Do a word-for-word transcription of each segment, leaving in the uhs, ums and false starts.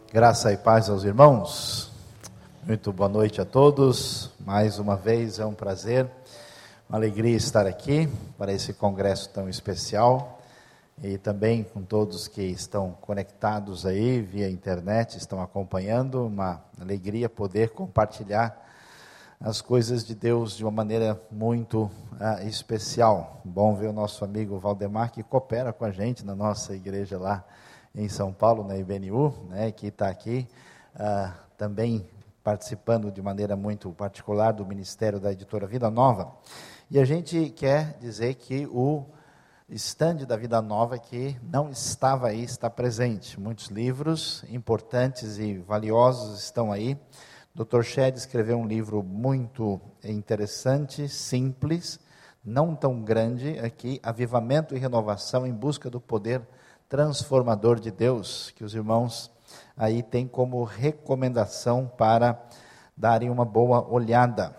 Graça e paz aos irmãos. Muito boa noite a todos. Mais uma vez é um prazer, uma alegria estar aqui para esse congresso tão especial e também com todos que estão conectados aí via internet, estão acompanhando. Uma alegria poder compartilhar as coisas de Deus de uma maneira muito ah, especial. Bom ver o nosso amigo Valdemar, que coopera com a gente na nossa igreja lá em São Paulo, na I B N U, né, que está aqui ah, também participando de maneira muito particular do Ministério da Editora Vida Nova. E a gente quer dizer que o estande da Vida Nova, que não estava aí, está presente. Muitos livros importantes e valiosos estão aí. doutor Shedd escreveu um livro muito interessante, simples, não tão grande, aqui, Avivamento e Renovação em Busca do Poder Transformador de Deus, que os irmãos aí têm como recomendação para darem uma boa olhada.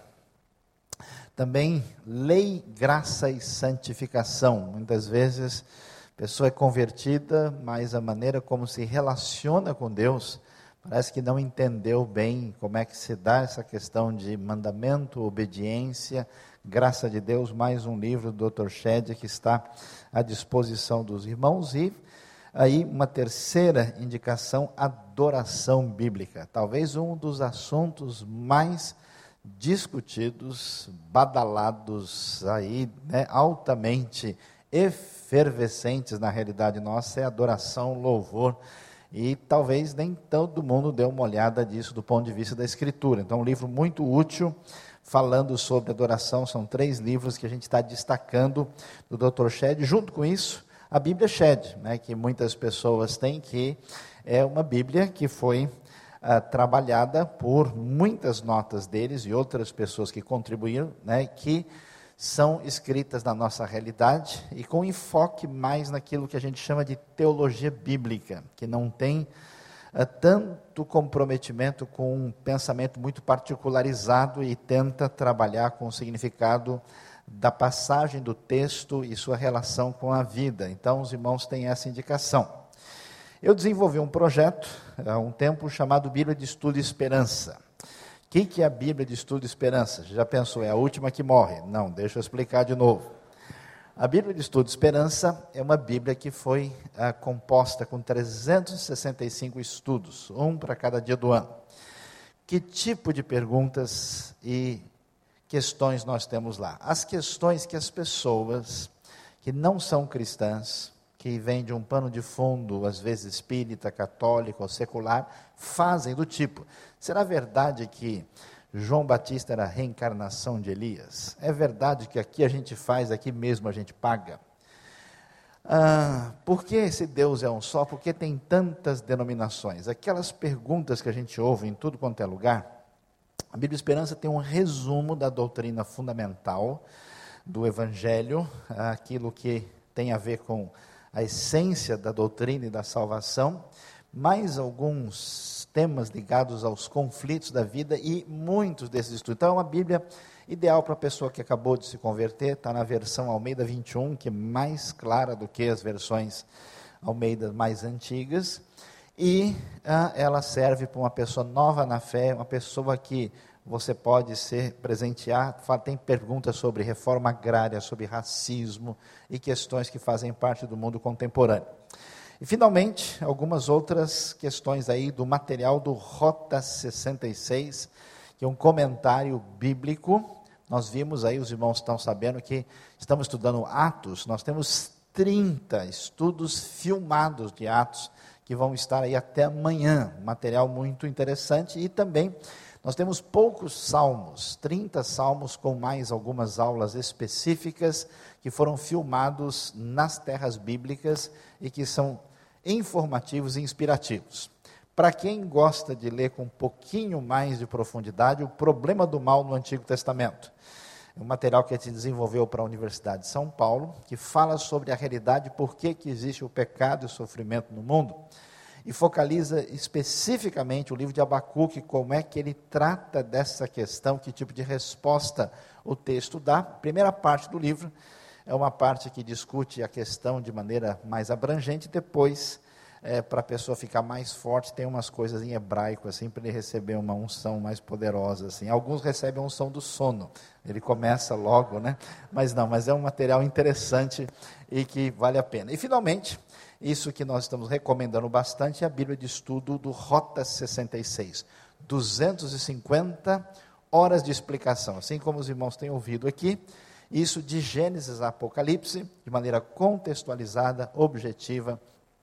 Também Lei, Graça e Santificação. Muitas vezes a pessoa é convertida, mas a maneira como se relaciona com Deus parece que não entendeu bem como é que se dá essa questão de mandamento, obediência, graça de Deus. Mais um livro do doutor Shedd que está à disposição dos irmãos. E aí uma terceira indicação, adoração bíblica. Talvez um dos assuntos mais discutidos, badalados, aí, né, altamente efervescentes na realidade nossa, é adoração, louvor. E talvez nem todo mundo deu uma olhada disso do ponto de vista da Escritura. Então, um livro muito útil, falando sobre adoração. São três livros que a gente está destacando do doutor Shedd. Junto com isso, a Bíblia Shedd, né, que muitas pessoas têm, que é uma Bíblia que foi ah, trabalhada por muitas notas deles e outras pessoas que contribuíram, né, que são escritas na nossa realidade e com enfoque mais naquilo que a gente chama de teologia bíblica, que não tem uh, tanto comprometimento com um pensamento muito particularizado e tenta trabalhar com o significado da passagem do texto e sua relação com a vida. Então, os irmãos têm essa indicação. Eu desenvolvi um projeto há um tempo chamado Bíblia de Estudo e Esperança. O que, que é a Bíblia de Estudo e Esperança? Já pensou, é a última que morre? Não, deixa eu explicar de novo. A Bíblia de Estudo e Esperança é uma Bíblia que foi ah, composta com trezentos e sessenta e cinco estudos, um para cada dia do ano. Que tipo de perguntas e questões nós temos lá? As questões que as pessoas que não são cristãs, que vêm de um pano de fundo, às vezes espírita, católico ou secular, fazem do tipo: será verdade que João Batista era a reencarnação de Elias? É verdade que aqui a gente faz, aqui mesmo a gente paga? Ah, por que esse Deus é um só? Por que tem tantas denominações? Aquelas perguntas que a gente ouve em tudo quanto é lugar. A Bíblia Esperança tem um resumo da doutrina fundamental do Evangelho, aquilo que tem a ver com a essência da doutrina e da salvação, mais alguns temas ligados aos conflitos da vida e muitos desses estudos. Então é uma Bíblia ideal para a pessoa que acabou de se converter, está na versão Almeida vinte e um, que é mais clara do que as versões Almeida mais antigas, e ah, ela serve para uma pessoa nova na fé, uma pessoa que você pode ser presentear. Tem perguntas sobre reforma agrária, sobre racismo e questões que fazem parte do mundo contemporâneo. E, finalmente, algumas outras questões aí do material do Rota sessenta e seis, que é um comentário bíblico. Nós vimos aí, os irmãos estão sabendo que estamos estudando Atos, nós temos trinta estudos filmados de Atos, que vão estar aí até amanhã, um material muito interessante. E também nós temos poucos salmos, trinta salmos com mais algumas aulas específicas que foram filmados nas terras bíblicas e que são informativos e inspirativos. Para quem gosta de ler com um pouquinho mais de profundidade, o Problema do Mal no Antigo Testamento. É um material que a gente desenvolveu para a Universidade de São Paulo, que fala sobre a realidade, por que que existe o pecado e o sofrimento no mundo. E focaliza especificamente o livro de Abacuque, como é que ele trata dessa questão, que tipo de resposta o texto dá. A primeira parte do livro é uma parte que discute a questão de maneira mais abrangente, depois é, para a pessoa ficar mais forte, tem umas coisas em hebraico, assim, para ele receber uma unção mais poderosa, assim. Alguns recebem a unção do sono, ele começa logo, né? Mas não, mas é um material interessante e que vale a pena. E, finalmente, isso que nós estamos recomendando bastante é a Bíblia de Estudo do Rota sessenta e seis. duzentas e cinquenta horas de explicação, assim como os irmãos têm ouvido aqui, isso de Gênesis a Apocalipse, de maneira contextualizada, objetiva,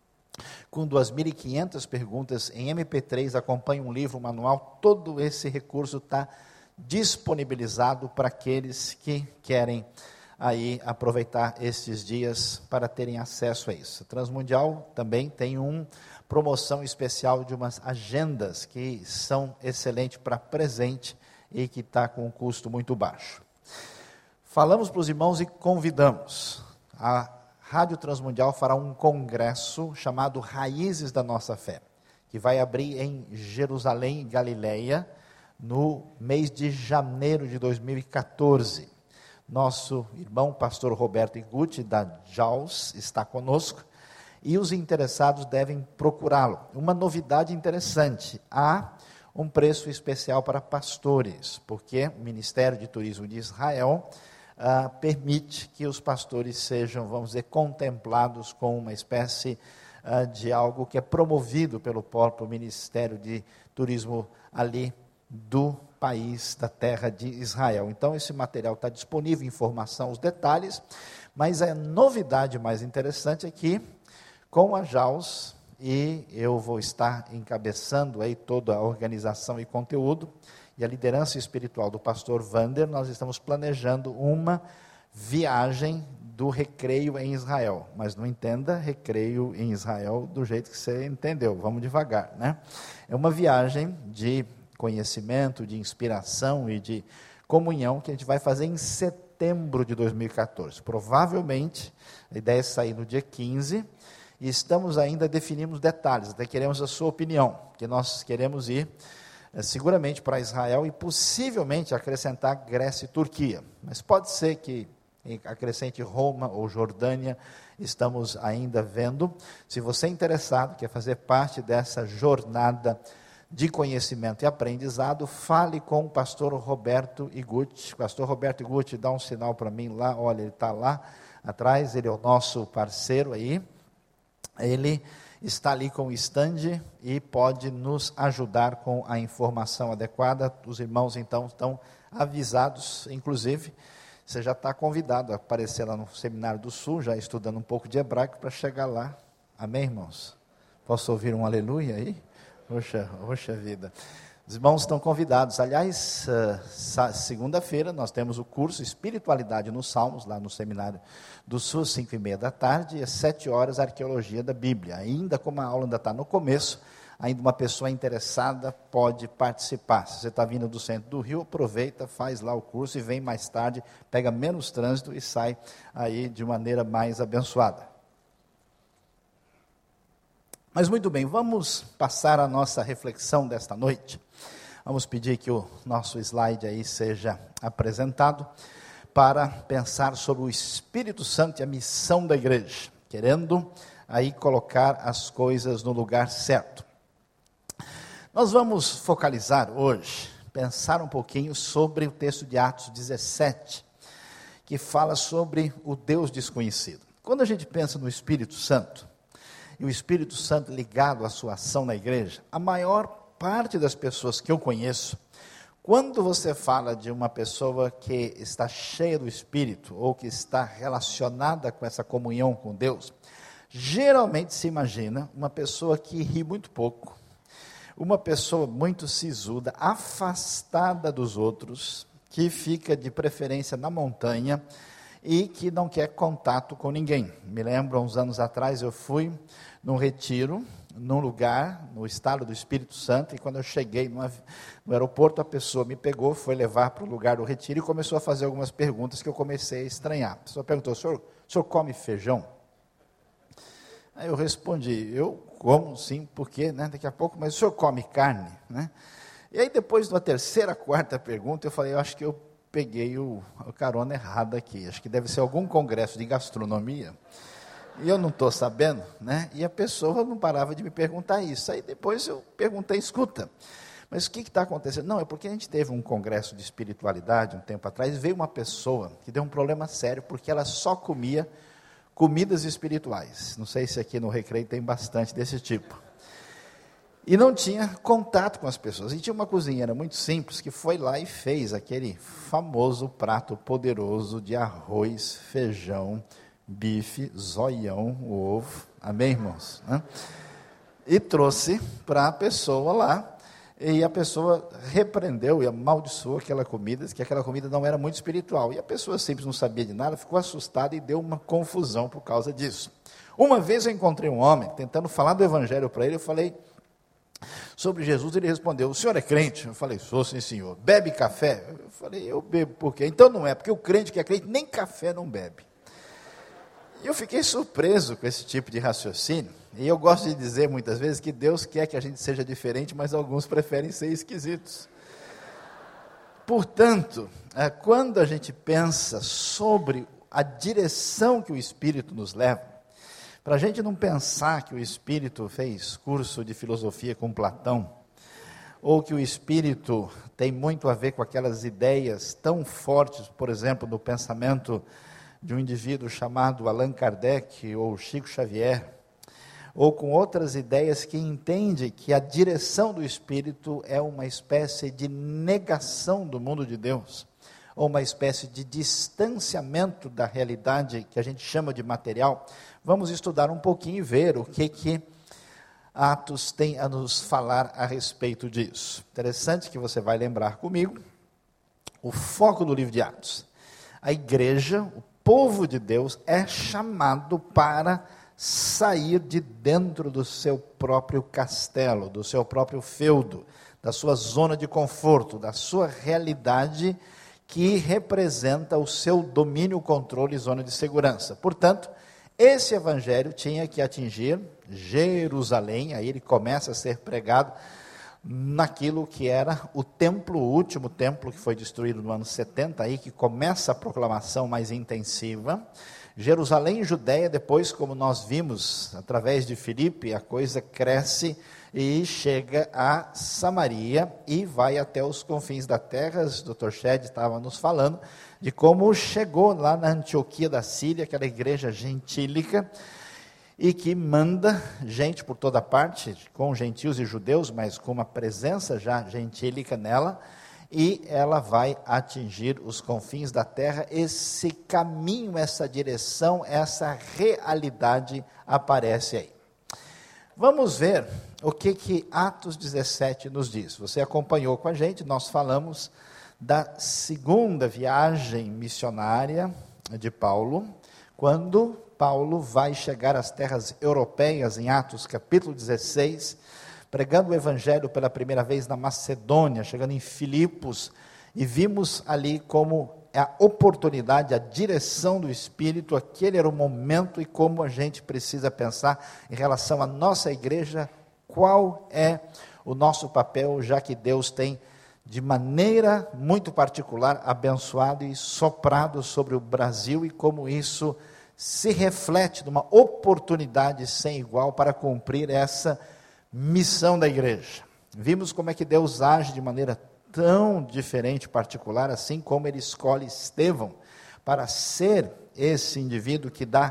com duas mil e quinhentas perguntas em M P três, acompanha um livro, um manual, todo esse recurso está disponibilizado para aqueles que querem aí aproveitar estes dias para terem acesso a isso. A Transmundial também tem uma promoção especial de umas agendas que são excelentes para presente e que está com um custo muito baixo. Falamos para os irmãos e convidamos. A Rádio Transmundial fará um congresso chamado Raízes da Nossa Fé, que vai abrir em Jerusalém, Galileia, no mês de janeiro de dois mil e catorze. Nosso irmão, pastor Roberto Iguchi, da Jaws, está conosco, e os interessados devem procurá-lo. Uma novidade interessante, há um preço especial para pastores, porque o Ministério de Turismo de Israel ah, permite que os pastores sejam, vamos dizer, contemplados com uma espécie ah, de algo que é promovido pelo próprio Ministério de Turismo ali do país, da terra de Israel. Então, esse material está disponível, informação, os detalhes, mas a novidade mais interessante é que, com a Jaws, e eu vou estar encabeçando aí toda a organização e conteúdo, e a liderança espiritual do pastor Wander, nós estamos planejando uma viagem do recreio em Israel, mas não entenda recreio em Israel do jeito que você entendeu, vamos devagar, né? É uma viagem de conhecimento, de inspiração e de comunhão que a gente vai fazer em setembro de dois mil e catorze, provavelmente, a ideia é sair no dia quinze, e estamos ainda definindo os detalhes, até queremos a sua opinião, que nós queremos ir é, seguramente para Israel e possivelmente acrescentar Grécia e Turquia, mas pode ser que acrescente Roma ou Jordânia, estamos ainda vendo. Se você é interessado, quer fazer parte dessa jornada de conhecimento e aprendizado, fale com o pastor Roberto Iguchi. Pastor Roberto Iguchi, dá um sinal para mim lá, olha, ele está lá atrás, ele é o nosso parceiro aí, ele está ali com o stand e pode nos ajudar com a informação adequada. Os irmãos, então, estão avisados, inclusive, você já está convidado a aparecer lá no Seminário do Sul, já estudando um pouco de hebraico, para chegar lá. Amém, irmãos? Posso ouvir um aleluia aí? Poxa, poxa vida. Os irmãos estão convidados. Aliás, uh, segunda-feira nós temos o curso Espiritualidade nos Salmos, lá no Seminário do Sul, cinco e meia da tarde, e às sete horas, Arqueologia da Bíblia. Ainda como a aula ainda está no começo, ainda uma pessoa interessada pode participar. Se você está vindo do centro do Rio, aproveita, faz lá o curso e vem mais tarde, pega menos trânsito e sai aí de maneira mais abençoada. Mas muito bem, vamos passar a nossa reflexão desta noite. Vamos pedir que o nosso slide aí seja apresentado para pensar sobre o Espírito Santo e a missão da igreja, querendo aí colocar as coisas no lugar certo. Nós vamos focalizar hoje, pensar um pouquinho sobre o texto de Atos dezessete, que fala sobre o Deus desconhecido. Quando a gente pensa no Espírito Santo, e o Espírito Santo ligado à sua ação na igreja, a maior parte das pessoas que eu conheço, quando você fala de uma pessoa que está cheia do Espírito, ou que está relacionada com essa comunhão com Deus, geralmente se imagina uma pessoa que ri muito pouco, uma pessoa muito sisuda, afastada dos outros, que fica de preferência na montanha, e que não quer contato com ninguém. Me lembro, uns anos atrás, eu fui num retiro, num lugar, no estado do Espírito Santo, e quando eu cheguei no, no aeroporto, a pessoa me pegou, foi levar para o lugar do retiro, e começou a fazer algumas perguntas que eu comecei a estranhar. A pessoa perguntou, o senhor, o senhor come feijão? Aí eu respondi, eu como sim, porque né, daqui a pouco, mas o senhor come carne? Né? E aí depois, na terceira, quarta pergunta, eu falei, eu acho que eu peguei o, o carona errado aqui, acho que deve ser algum congresso de gastronomia, E eu não estou sabendo, né? E a pessoa não parava de me perguntar isso. Aí depois eu perguntei, escuta, mas o que está acontecendo? Não, é porque a gente teve um congresso de espiritualidade um tempo atrás, e veio uma pessoa que deu um problema sério, porque ela só comia comidas espirituais. Não sei se aqui no Recreio tem bastante desse tipo. E não tinha contato com as pessoas. E tinha uma cozinheira muito simples que foi lá e fez aquele famoso prato poderoso de arroz, feijão, bife, zoião, ovo. Amém, irmãos? Né? E trouxe para a pessoa lá. E a pessoa repreendeu e amaldiçoou aquela comida, que aquela comida não era muito espiritual. E a pessoa simples não sabia de nada, ficou assustada e deu uma confusão por causa disso. Uma vez eu encontrei um homem, tentando falar do evangelho para ele, eu falei sobre Jesus, ele respondeu, o senhor é crente? Eu falei, sou sim senhor. Bebe café? Eu falei, eu bebo, por quê? Então não é, porque o crente que é crente nem café não bebe. E eu fiquei surpreso com esse tipo de raciocínio, e eu gosto de dizer muitas vezes que Deus quer que a gente seja diferente, mas alguns preferem ser esquisitos. Portanto, quando a gente pensa sobre a direção que o Espírito nos leva, para a gente não pensar que o Espírito fez curso de filosofia com Platão, ou que o Espírito tem muito a ver com aquelas ideias tão fortes, por exemplo, do pensamento de um indivíduo chamado Allan Kardec ou Chico Xavier, ou com outras ideias que entende que a direção do Espírito é uma espécie de negação do mundo de Deus, ou uma espécie de distanciamento da realidade que a gente chama de material. Vamos estudar um pouquinho e ver o que que Atos tem a nos falar a respeito disso. Interessante que você vai lembrar comigo o foco do livro de Atos. A igreja, o povo de Deus é chamado para sair de dentro do seu próprio castelo, do seu próprio feudo, da sua zona de conforto, da sua realidade que representa o seu domínio, controle e zona de segurança. Portanto, esse evangelho tinha que atingir Jerusalém, aí ele começa a ser pregado naquilo que era o templo, o último templo que foi destruído no ano setenta, aí que começa a proclamação mais intensiva. Jerusalém e Judéia, depois, como nós vimos através de Filipe, a coisa cresce e chega a Samaria e vai até os confins da terra. O doutor Shed estava nos falando de como chegou lá na Antioquia da Síria, aquela igreja gentílica, e que manda gente por toda parte, com gentios e judeus, mas com uma presença já gentílica nela, e ela vai atingir os confins da terra. Esse caminho, essa direção, essa realidade aparece aí. Vamos ver o que que Atos dezessete nos diz. Você acompanhou com a gente, nós falamos da segunda viagem missionária de Paulo, quando Paulo vai chegar às terras europeias, em Atos capítulo dezesseis, pregando o evangelho pela primeira vez na Macedônia, chegando em Filipos, e vimos ali como a oportunidade, a direção do Espírito, aquele era o momento, e como a gente precisa pensar em relação à nossa igreja, qual é o nosso papel, já que Deus tem, de maneira muito particular, abençoado e soprado sobre o Brasil, e como isso se reflete numa oportunidade sem igual para cumprir essa missão da igreja. Vimos como é que Deus age de maneira tão diferente, particular, assim como ele escolhe Estevão para ser esse indivíduo que dá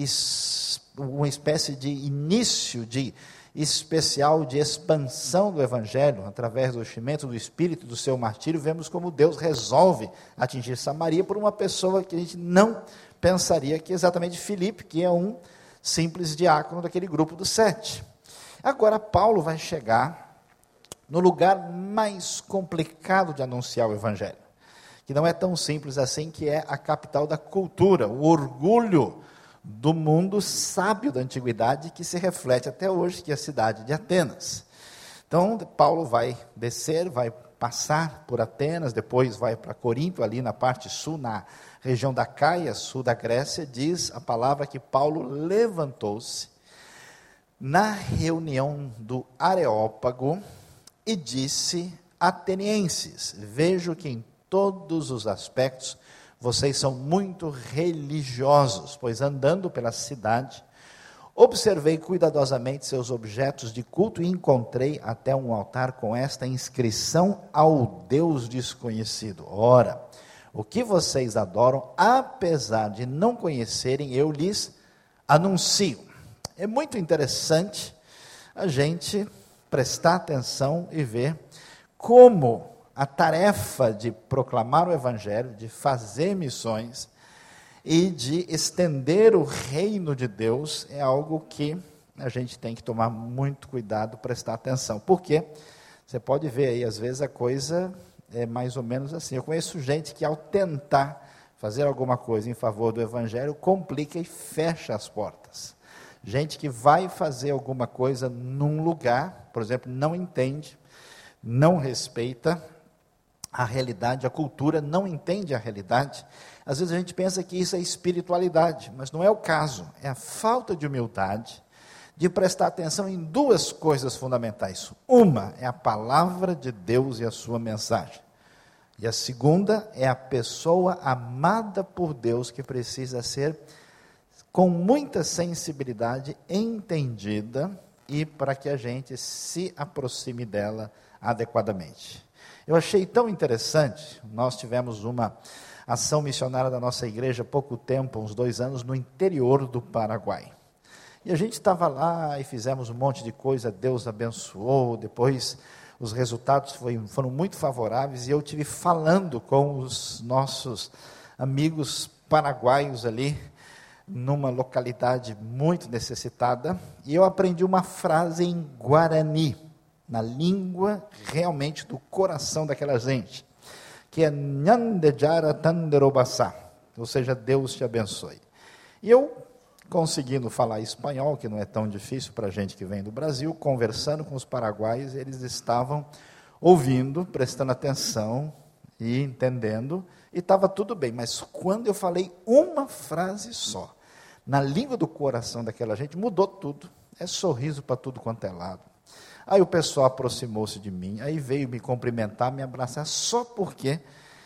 uma espécie de início de especial de expansão do evangelho através do enchimento do Espírito, do seu martírio. Vemos como Deus resolve atingir Samaria por uma pessoa que a gente não pensaria que é exatamente Filipe, que é um simples diácono daquele grupo dos sete. Agora Paulo vai chegar no lugar mais complicado de anunciar o evangelho, que não é tão simples assim, que é a capital da cultura, o orgulho do mundo sábio da antiguidade, que se reflete até hoje, que é a cidade de Atenas. Então Paulo vai descer, vai passar por Atenas, depois vai para Corinto, ali na parte sul, na região da Caia, sul da Grécia. Diz a palavra que Paulo levantou-se na reunião do Areópago e disse: atenienses, vejo que em todos os aspectos vocês são muito religiosos, pois andando pela cidade, Observei cuidadosamente seus objetos de culto e encontrei até um altar com esta inscrição: ao Deus desconhecido. Ora, o que vocês adoram, apesar de não conhecerem, eu lhes anuncio. É muito interessante a gente prestar atenção e ver como a tarefa de proclamar o Evangelho, de fazer missões e de estender o reino de Deus é algo que a gente tem que tomar muito cuidado, prestar atenção. Por quê? Você pode ver aí, às vezes a coisa é mais ou menos assim. Eu conheço gente que, ao tentar fazer alguma coisa em favor do Evangelho, complica e fecha as portas. Gente que vai fazer alguma coisa num lugar, por exemplo, não entende, não respeita a realidade, a cultura, não entende a realidade. Às vezes a gente pensa que isso é espiritualidade, mas não é o caso. É a falta de humildade de prestar atenção em duas coisas fundamentais. Uma é a palavra de Deus e a sua mensagem. E a segunda é a pessoa amada por Deus, que precisa ser, com muita sensibilidade, entendida, e para que a gente se aproxime dela adequadamente. Eu achei tão interessante, nós tivemos uma ação missionária da nossa igreja há pouco tempo, uns dois anos, no interior do Paraguai. E a gente estava lá e fizemos um monte de coisa, Deus abençoou, depois os resultados foi, foram muito favoráveis, e eu tive falando com os nossos amigos paraguaios ali, numa localidade muito necessitada, e eu aprendi uma frase em Guarani, na língua realmente do coração daquela gente, que é Nhandejara Tanderobasá, ou seja, Deus te abençoe. E eu, conseguindo falar espanhol, que não é tão difícil para a gente que vem do Brasil, conversando com os paraguaios, eles estavam ouvindo, prestando atenção e entendendo, e estava tudo bem, mas quando eu falei uma frase só, na língua do coração daquela gente, mudou tudo, é sorriso para tudo quanto é lado. Aí o pessoal aproximou-se de mim, aí veio me cumprimentar, me abraçar, só porque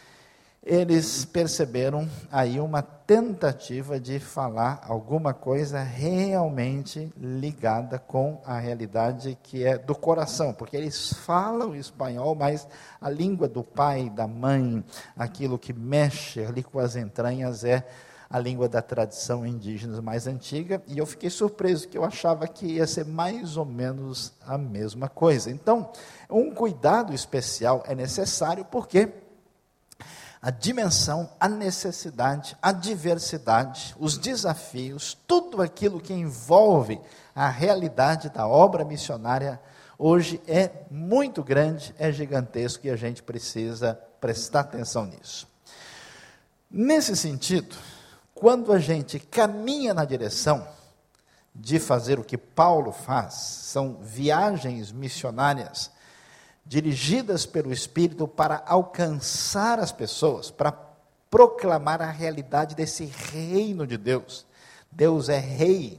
eles perceberam aí uma tentativa de falar alguma coisa realmente ligada com a realidade que é do coração, porque eles falam espanhol, mas a língua do pai, da mãe, aquilo que mexe ali com as entranhas é a língua da tradição indígena mais antiga, e eu fiquei surpreso, que eu achava que ia ser mais ou menos a mesma coisa. Então, um cuidado especial é necessário, porque a dimensão, a necessidade, a diversidade, os desafios, tudo aquilo que envolve a realidade da obra missionária, hoje é muito grande, é gigantesco, e a gente precisa prestar atenção nisso. Nesse sentido, quando a gente caminha na direção de fazer o que Paulo faz, são viagens missionárias dirigidas pelo Espírito para alcançar as pessoas, para proclamar a realidade desse reino de Deus. Deus é rei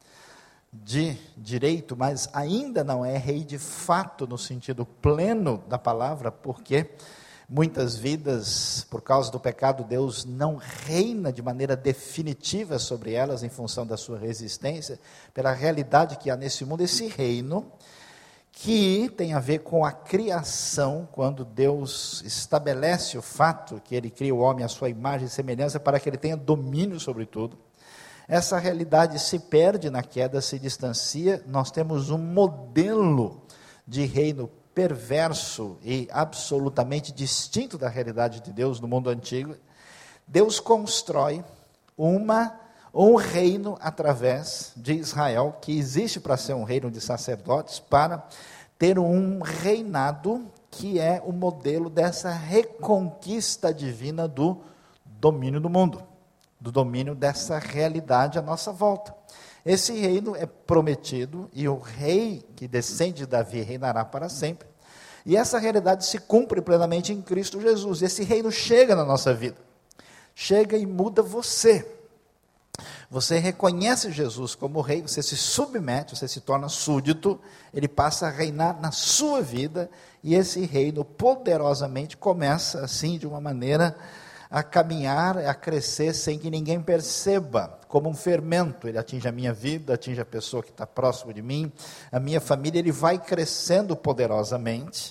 de direito, mas ainda não é rei de fato no sentido pleno da palavra, porque muitas vidas, por causa do pecado, Deus não reina de maneira definitiva sobre elas, em função da sua resistência, pela realidade que há nesse mundo, esse reino, que tem a ver com a criação, quando Deus estabelece o fato que Ele cria o homem à sua imagem e semelhança, para que ele tenha domínio sobre tudo. Essa realidade se perde na queda, se distancia, nós temos um modelo de reino perverso e absolutamente distinto da realidade de Deus no mundo antigo. Deus constrói uma, um reino através de Israel, que existe para ser um reino de sacerdotes, para ter um reinado que é o modelo dessa reconquista divina do domínio do mundo, do domínio dessa realidade à nossa volta. Esse reino é prometido, e o rei que descende de Davi reinará para sempre. E essa realidade se cumpre plenamente em Cristo Jesus. Esse reino chega na nossa vida. Chega e muda você. Você reconhece Jesus como rei, você se submete, você se torna súdito, ele passa a reinar na sua vida, e esse reino poderosamente começa assim, de uma maneira a caminhar, a crescer sem que ninguém perceba, como um fermento. Ele atinge a minha vida, atinge a pessoa que está próximo de mim, a minha família. Ele vai crescendo poderosamente,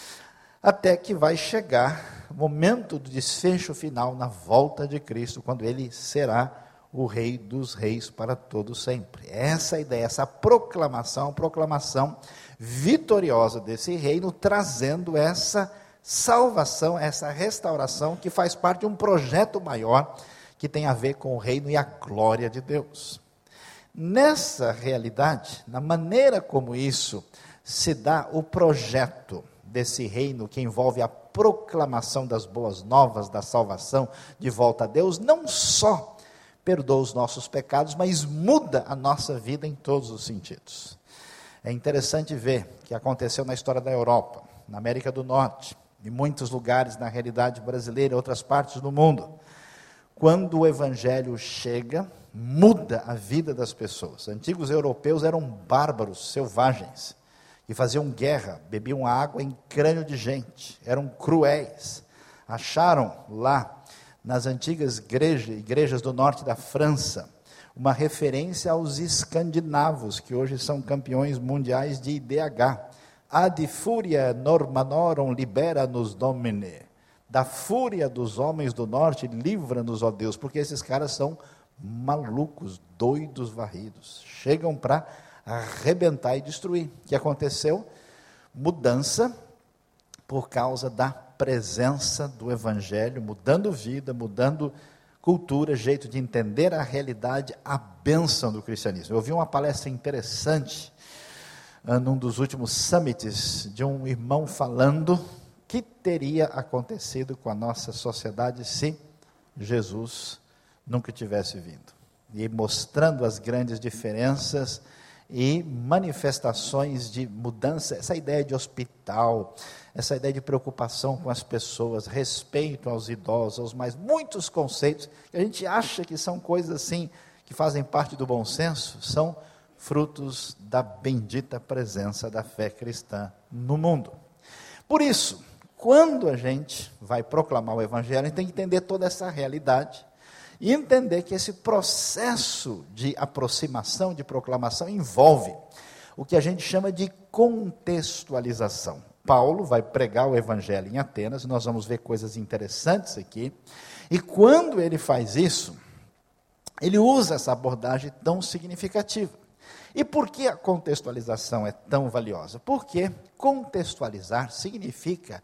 até que vai chegar o momento do desfecho final na volta de Cristo, quando ele será o Rei dos Reis para todo sempre. Essa é a ideia, essa proclamação, a proclamação vitoriosa desse reino, trazendo essa salvação, essa restauração, que faz parte de um projeto maior, que tem a ver com o reino e a glória de Deus. Nessa realidade, na maneira como isso se dá o projeto desse reino, que envolve a proclamação das boas novas, da salvação, de volta a Deus, não só perdoa os nossos pecados, mas muda a nossa vida em todos os sentidos. É interessante ver o que aconteceu na história da Europa, na América do Norte, em muitos lugares na realidade brasileira e outras partes do mundo. Quando o evangelho chega, muda a vida das pessoas. Antigos europeus eram bárbaros, selvagens, que faziam guerra, bebiam água em crânio de gente, eram cruéis. Acharam lá, nas antigas igrejas, igrejas do norte da França, uma referência aos escandinavos, que hoje são campeões mundiais de I D H. Ad furia normanorum libera-nos Domine. Da fúria dos homens do norte, livra-nos, ó Deus, porque esses caras são malucos, doidos, varridos. Chegam para arrebentar e destruir. O que aconteceu? Mudança por causa da presença do Evangelho, mudando vida, mudando cultura, jeito de entender a realidade, a bênção do cristianismo. Eu ouvi uma palestra interessante num dos últimos summits, de um irmão falando que teria acontecido com a nossa sociedade se Jesus nunca tivesse vindo, e mostrando as grandes diferenças e manifestações de mudança, essa ideia de hospital, essa ideia de preocupação com as pessoas, respeito aos idosos, aos mais, muitos conceitos que a gente acha que são coisas assim, que fazem parte do bom senso, são frutos da bendita presença da fé cristã no mundo. Por isso, quando a gente vai proclamar o Evangelho, a gente tem que entender toda essa realidade, e entender que esse processo de aproximação, de proclamação, envolve o que a gente chama de contextualização. Paulo vai pregar o Evangelho em Atenas, nós vamos ver coisas interessantes aqui, e quando ele faz isso, ele usa essa abordagem tão significativa. E por que a contextualização é tão valiosa? Porque contextualizar significa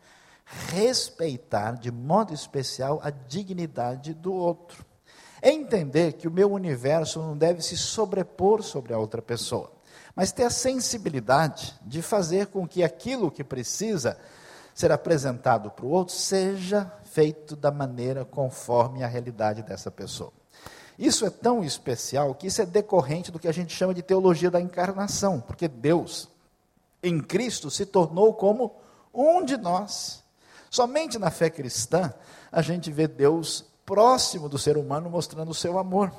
respeitar de modo especial a dignidade do outro. É entender que o meu universo não deve se sobrepor sobre a outra pessoa, mas ter a sensibilidade de fazer com que aquilo que precisa ser apresentado para o outro seja feito da maneira conforme a realidade dessa pessoa. Isso é tão especial que isso é decorrente do que a gente chama de teologia da encarnação, porque Deus, em Cristo, se tornou como um de nós. Somente na fé cristã, a gente vê Deus próximo do ser humano, mostrando o seu amor.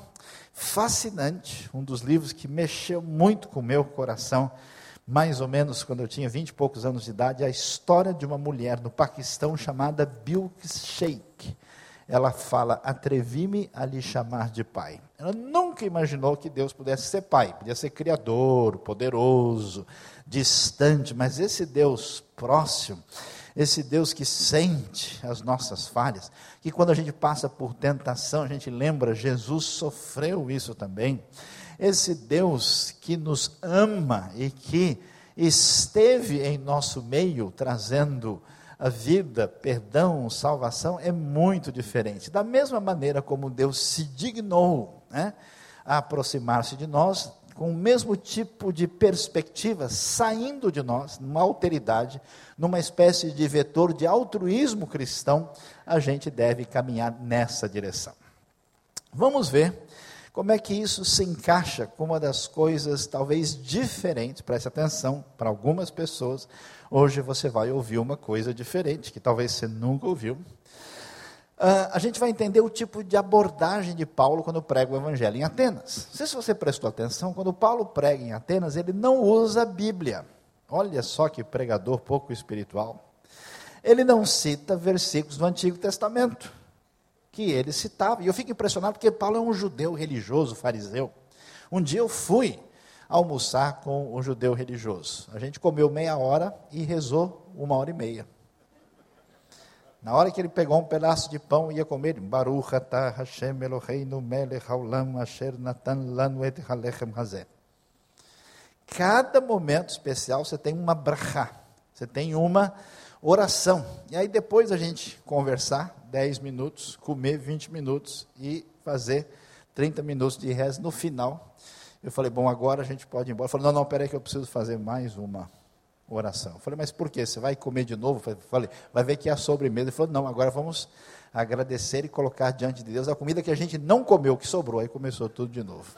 Fascinante, um dos livros que mexeu muito com o meu coração, mais ou menos quando eu tinha vinte e poucos anos de idade, é a história de uma mulher no Paquistão chamada Bilqis Sheikh. Ela fala, atrevi-me a lhe chamar de pai. Ela nunca imaginou que Deus pudesse ser pai, podia ser criador, poderoso, distante, mas esse Deus próximo, esse Deus que sente as nossas falhas, que quando a gente passa por tentação, a gente lembra, Jesus sofreu isso também. Esse Deus que nos ama e que esteve em nosso meio, trazendo a vida, perdão, salvação, é muito diferente. Da mesma maneira como Deus se dignou, né, a aproximar-se de nós, com o mesmo tipo de perspectiva, saindo de nós, numa alteridade, numa espécie de vetor de altruísmo cristão, a gente deve caminhar nessa direção. Vamos ver como é que isso se encaixa com uma das coisas talvez diferentes, preste atenção, para algumas pessoas, hoje você vai ouvir uma coisa diferente, que talvez você nunca ouviu. Uh, a gente vai entender o tipo de abordagem de Paulo quando prega o Evangelho em Atenas. Não sei se você prestou atenção, quando Paulo prega em Atenas, ele não usa a Bíblia. Olha só que pregador pouco espiritual. Ele não cita versículos do Antigo Testamento. que ele citava. E eu fico impressionado porque Paulo é um judeu religioso, fariseu. Um dia eu fui almoçar com um judeu religioso. A gente comeu meia hora e rezou uma hora e meia. Na hora que ele pegou um pedaço de pão e ia comer, ele, Baruch atah Hashem Eloheinu melech haolam asher natan lanu et halechem hazeh. Cada momento especial você tem uma brachá, você tem uma oração. E aí depois a gente conversar dez minutos, comer vinte minutos e fazer trinta minutos de reza. No final, eu falei, bom, agora a gente pode ir embora. Eu falei, não, não, peraí que eu preciso fazer mais uma oração. Eu falei, mas por quê? Você vai comer de novo? Eu falei, vai ver que é a sobremesa. Ele falou, não, agora vamos agradecer e colocar diante de Deus a comida que a gente não comeu, que sobrou. Aí começou tudo de novo.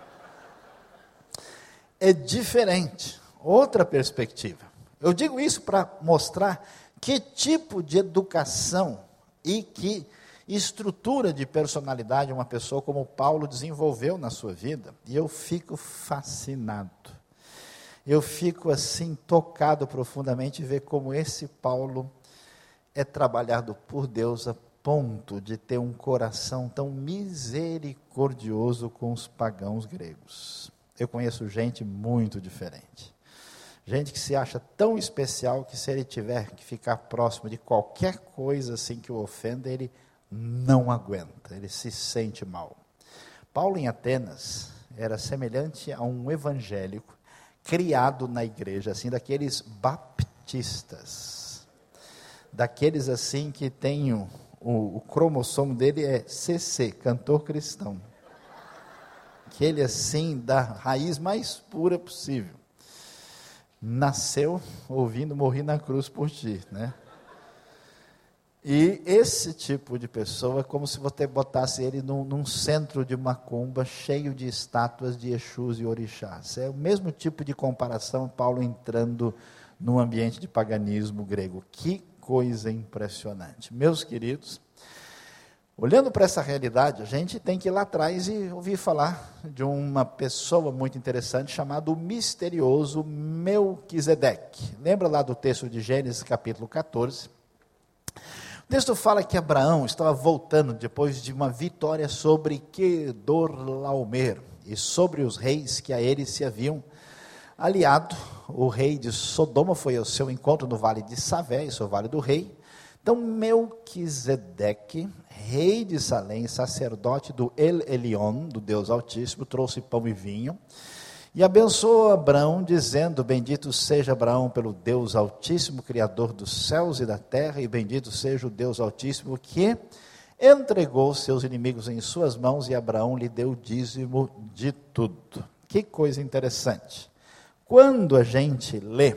É diferente, outra perspectiva. Eu digo isso para mostrar que tipo de educação e que estrutura de personalidade uma pessoa como Paulo desenvolveu na sua vida. E eu fico fascinado. Eu fico assim, tocado profundamente, ver como esse Paulo é trabalhado por Deus a ponto de ter um coração tão misericordioso com os pagãos gregos. Eu conheço gente muito diferente. Gente que se acha tão especial que se ele tiver que ficar próximo de qualquer coisa assim que o ofenda, ele não aguenta, ele se sente mal. Paulo em Atenas era semelhante a um evangélico criado na igreja, assim, daqueles baptistas, daqueles assim que tem o, o, o cromossomo dele é C C, cantor cristão, aquele assim da raiz mais pura possível, nasceu ouvindo morrer na cruz por ti, né? E esse tipo de pessoa é como se você botasse ele num, num centro de macumba cheio de estátuas de Exus e Orixás. É o mesmo tipo de comparação, Paulo entrando no ambiente de paganismo grego. Que coisa impressionante. Meus queridos, olhando para essa realidade, a gente tem que ir lá atrás e ouvir falar de uma pessoa muito interessante chamada o misterioso Melquisedeque. Lembra lá do texto de Gênesis capítulo catorze? O texto fala que Abraão estava voltando depois de uma vitória sobre Quedorlaomer e sobre os reis que a ele se haviam aliado. O rei de Sodoma foi ao seu encontro no vale de Savé, isso é o vale do rei. Então Melquisedeque, rei de Salém, sacerdote do El Elyon, do Deus Altíssimo, trouxe pão e vinho e abençoou Abraão, dizendo, bendito seja Abraão pelo Deus Altíssimo, Criador dos céus e da terra, e bendito seja o Deus Altíssimo, que entregou seus inimigos em suas mãos, e Abraão lhe deu o dízimo de tudo. Que coisa interessante. Quando a gente lê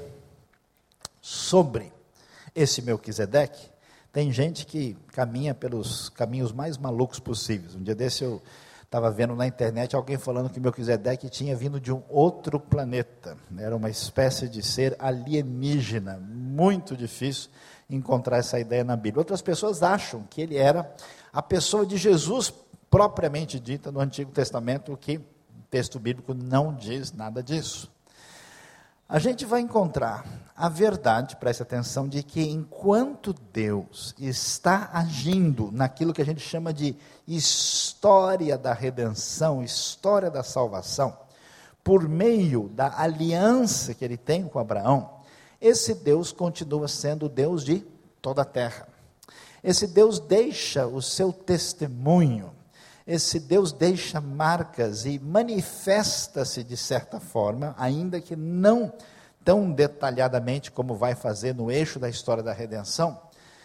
sobre esse Melquisedeque, tem gente que caminha pelos caminhos mais malucos possíveis. Um dia desse eu estava vendo na internet alguém falando que Melquisedeque tinha vindo de um outro planeta. Era uma espécie de ser alienígena. Muito difícil encontrar essa ideia na Bíblia. Outras pessoas acham que ele era a pessoa de Jesus propriamente dita no Antigo Testamento, o que o texto bíblico não diz nada disso. A gente vai encontrar a verdade, preste atenção, de que enquanto Deus está agindo naquilo que a gente chama de história da redenção, história da salvação, por meio da aliança que ele tem com Abraão, esse Deus continua sendo o Deus de toda a terra. Esse Deus deixa o seu testemunho, esse Deus deixa marcas e manifesta-se de certa forma, ainda que não tão detalhadamente como vai fazer no eixo da história da redenção,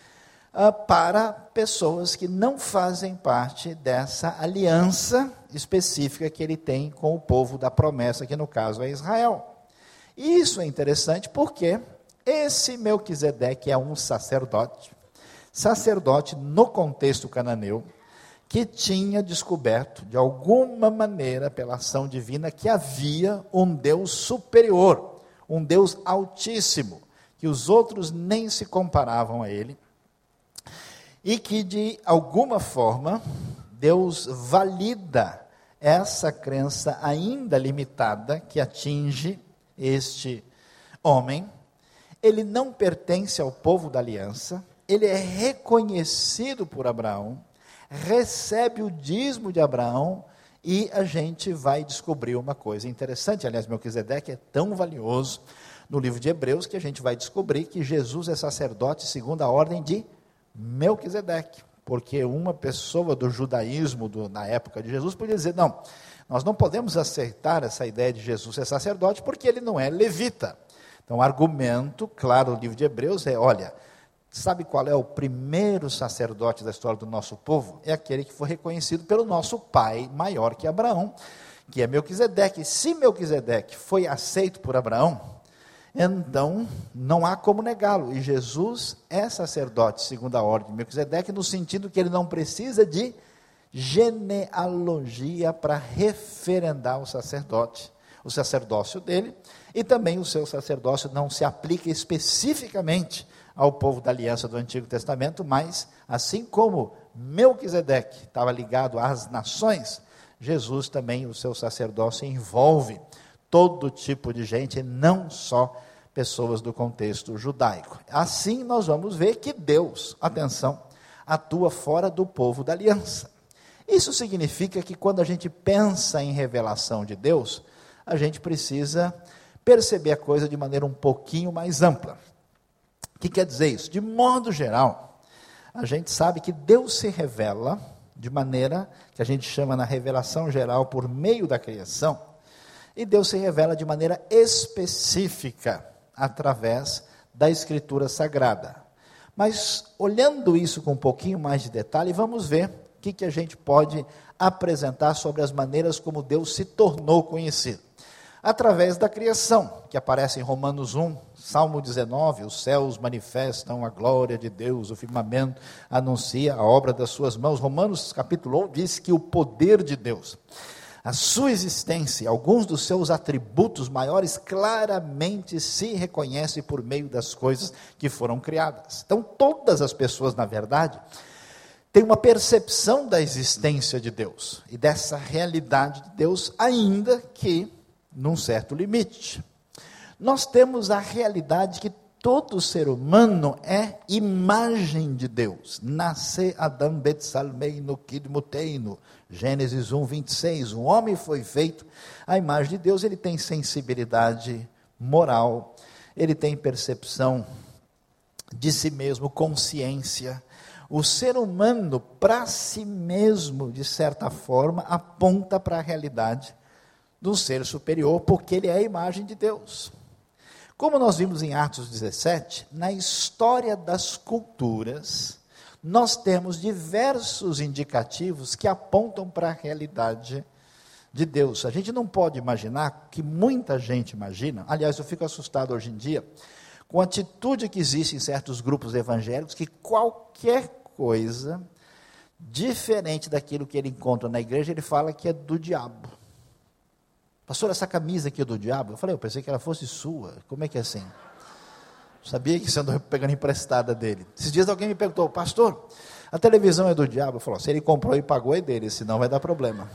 para pessoas que não fazem parte dessa aliança específica que ele tem com o povo da promessa, que no caso é Israel. E isso é interessante porque esse Melquisedeque é um sacerdote, sacerdote no contexto cananeu, que tinha descoberto, de alguma maneira, pela ação divina, que havia um Deus superior, um Deus altíssimo, que os outros nem se comparavam a ele, e que, de alguma forma, Deus valida essa crença ainda limitada, que atinge este homem. Ele não pertence ao povo da aliança, ele é reconhecido por Abraão, recebe o dízimo de Abraão, e a gente vai descobrir uma coisa interessante. Aliás, Melquisedeque é tão valioso no livro de Hebreus que a gente vai descobrir que Jesus é sacerdote segundo a ordem de Melquisedeque, porque uma pessoa do judaísmo do, na época de Jesus podia dizer, não, nós não podemos aceitar essa ideia de Jesus ser sacerdote porque ele não é levita. Então o argumento, claro, no livro de Hebreus é, olha, sabe qual é o primeiro sacerdote da história do nosso povo? É aquele que foi reconhecido pelo nosso pai maior que Abraão, que é Melquisedeque. Se Melquisedeque foi aceito por Abraão, então não há como negá-lo. E Jesus é sacerdote segundo a ordem de Melquisedeque, no sentido que ele não precisa de genealogia para referendar o sacerdote, o sacerdócio dele, e também o seu sacerdócio não se aplica especificamente ao povo da aliança do Antigo Testamento, mas assim como Melquisedeque estava ligado às nações, Jesus também, o seu sacerdócio envolve todo tipo de gente, não só pessoas do contexto judaico. Assim nós vamos ver que Deus, atenção, atua fora do povo da aliança. Isso significa que quando a gente pensa em revelação de Deus, a gente precisa perceber a coisa de maneira um pouquinho mais ampla. O que quer dizer isso? De modo geral, a gente sabe que Deus se revela de maneira que a gente chama na revelação geral por meio da criação, e Deus se revela de maneira específica através da Escritura Sagrada. Mas olhando isso com um pouquinho mais de detalhe, vamos ver o que, que a gente pode apresentar sobre as maneiras como Deus se tornou conhecido. Através da criação, que aparece em Romanos um, Salmo dezenove, os céus manifestam a glória de Deus, o firmamento anuncia a obra das suas mãos. Romanos capítulo um diz que o poder de Deus, a sua existência, alguns dos seus atributos maiores claramente se reconhecem por meio das coisas que foram criadas. Então todas as pessoas, na verdade, têm uma percepção da existência de Deus, e dessa realidade de Deus, ainda que num certo limite. Nós temos a realidade que todo ser humano é imagem de Deus. Nasce Adam Betsalmeino Kidmuteino, Gênesis um, vinte e seis. O homem foi feito à imagem de Deus, ele tem sensibilidade moral, ele tem percepção de si mesmo, consciência. O ser humano, para si mesmo, de certa forma, aponta para a realidade do ser superior, porque ele é a imagem de Deus. Como nós vimos em Atos dezessete, na história das culturas, nós temos diversos indicativos que apontam para a realidade de Deus. A gente não pode imaginar, que muita gente imagina, aliás, eu fico assustado hoje em dia, com a atitude que existe em certos grupos evangélicos, que qualquer coisa diferente daquilo que ele encontra na igreja, ele fala que é do diabo. Pastor, essa camisa aqui é do diabo? Eu falei, eu pensei que ela fosse sua. Como é que é assim? Sabia que você andou pegando emprestada dele. Esses dias alguém me perguntou, pastor, a televisão é do diabo? Eu falei, se ele comprou e pagou é dele, senão vai dar problema.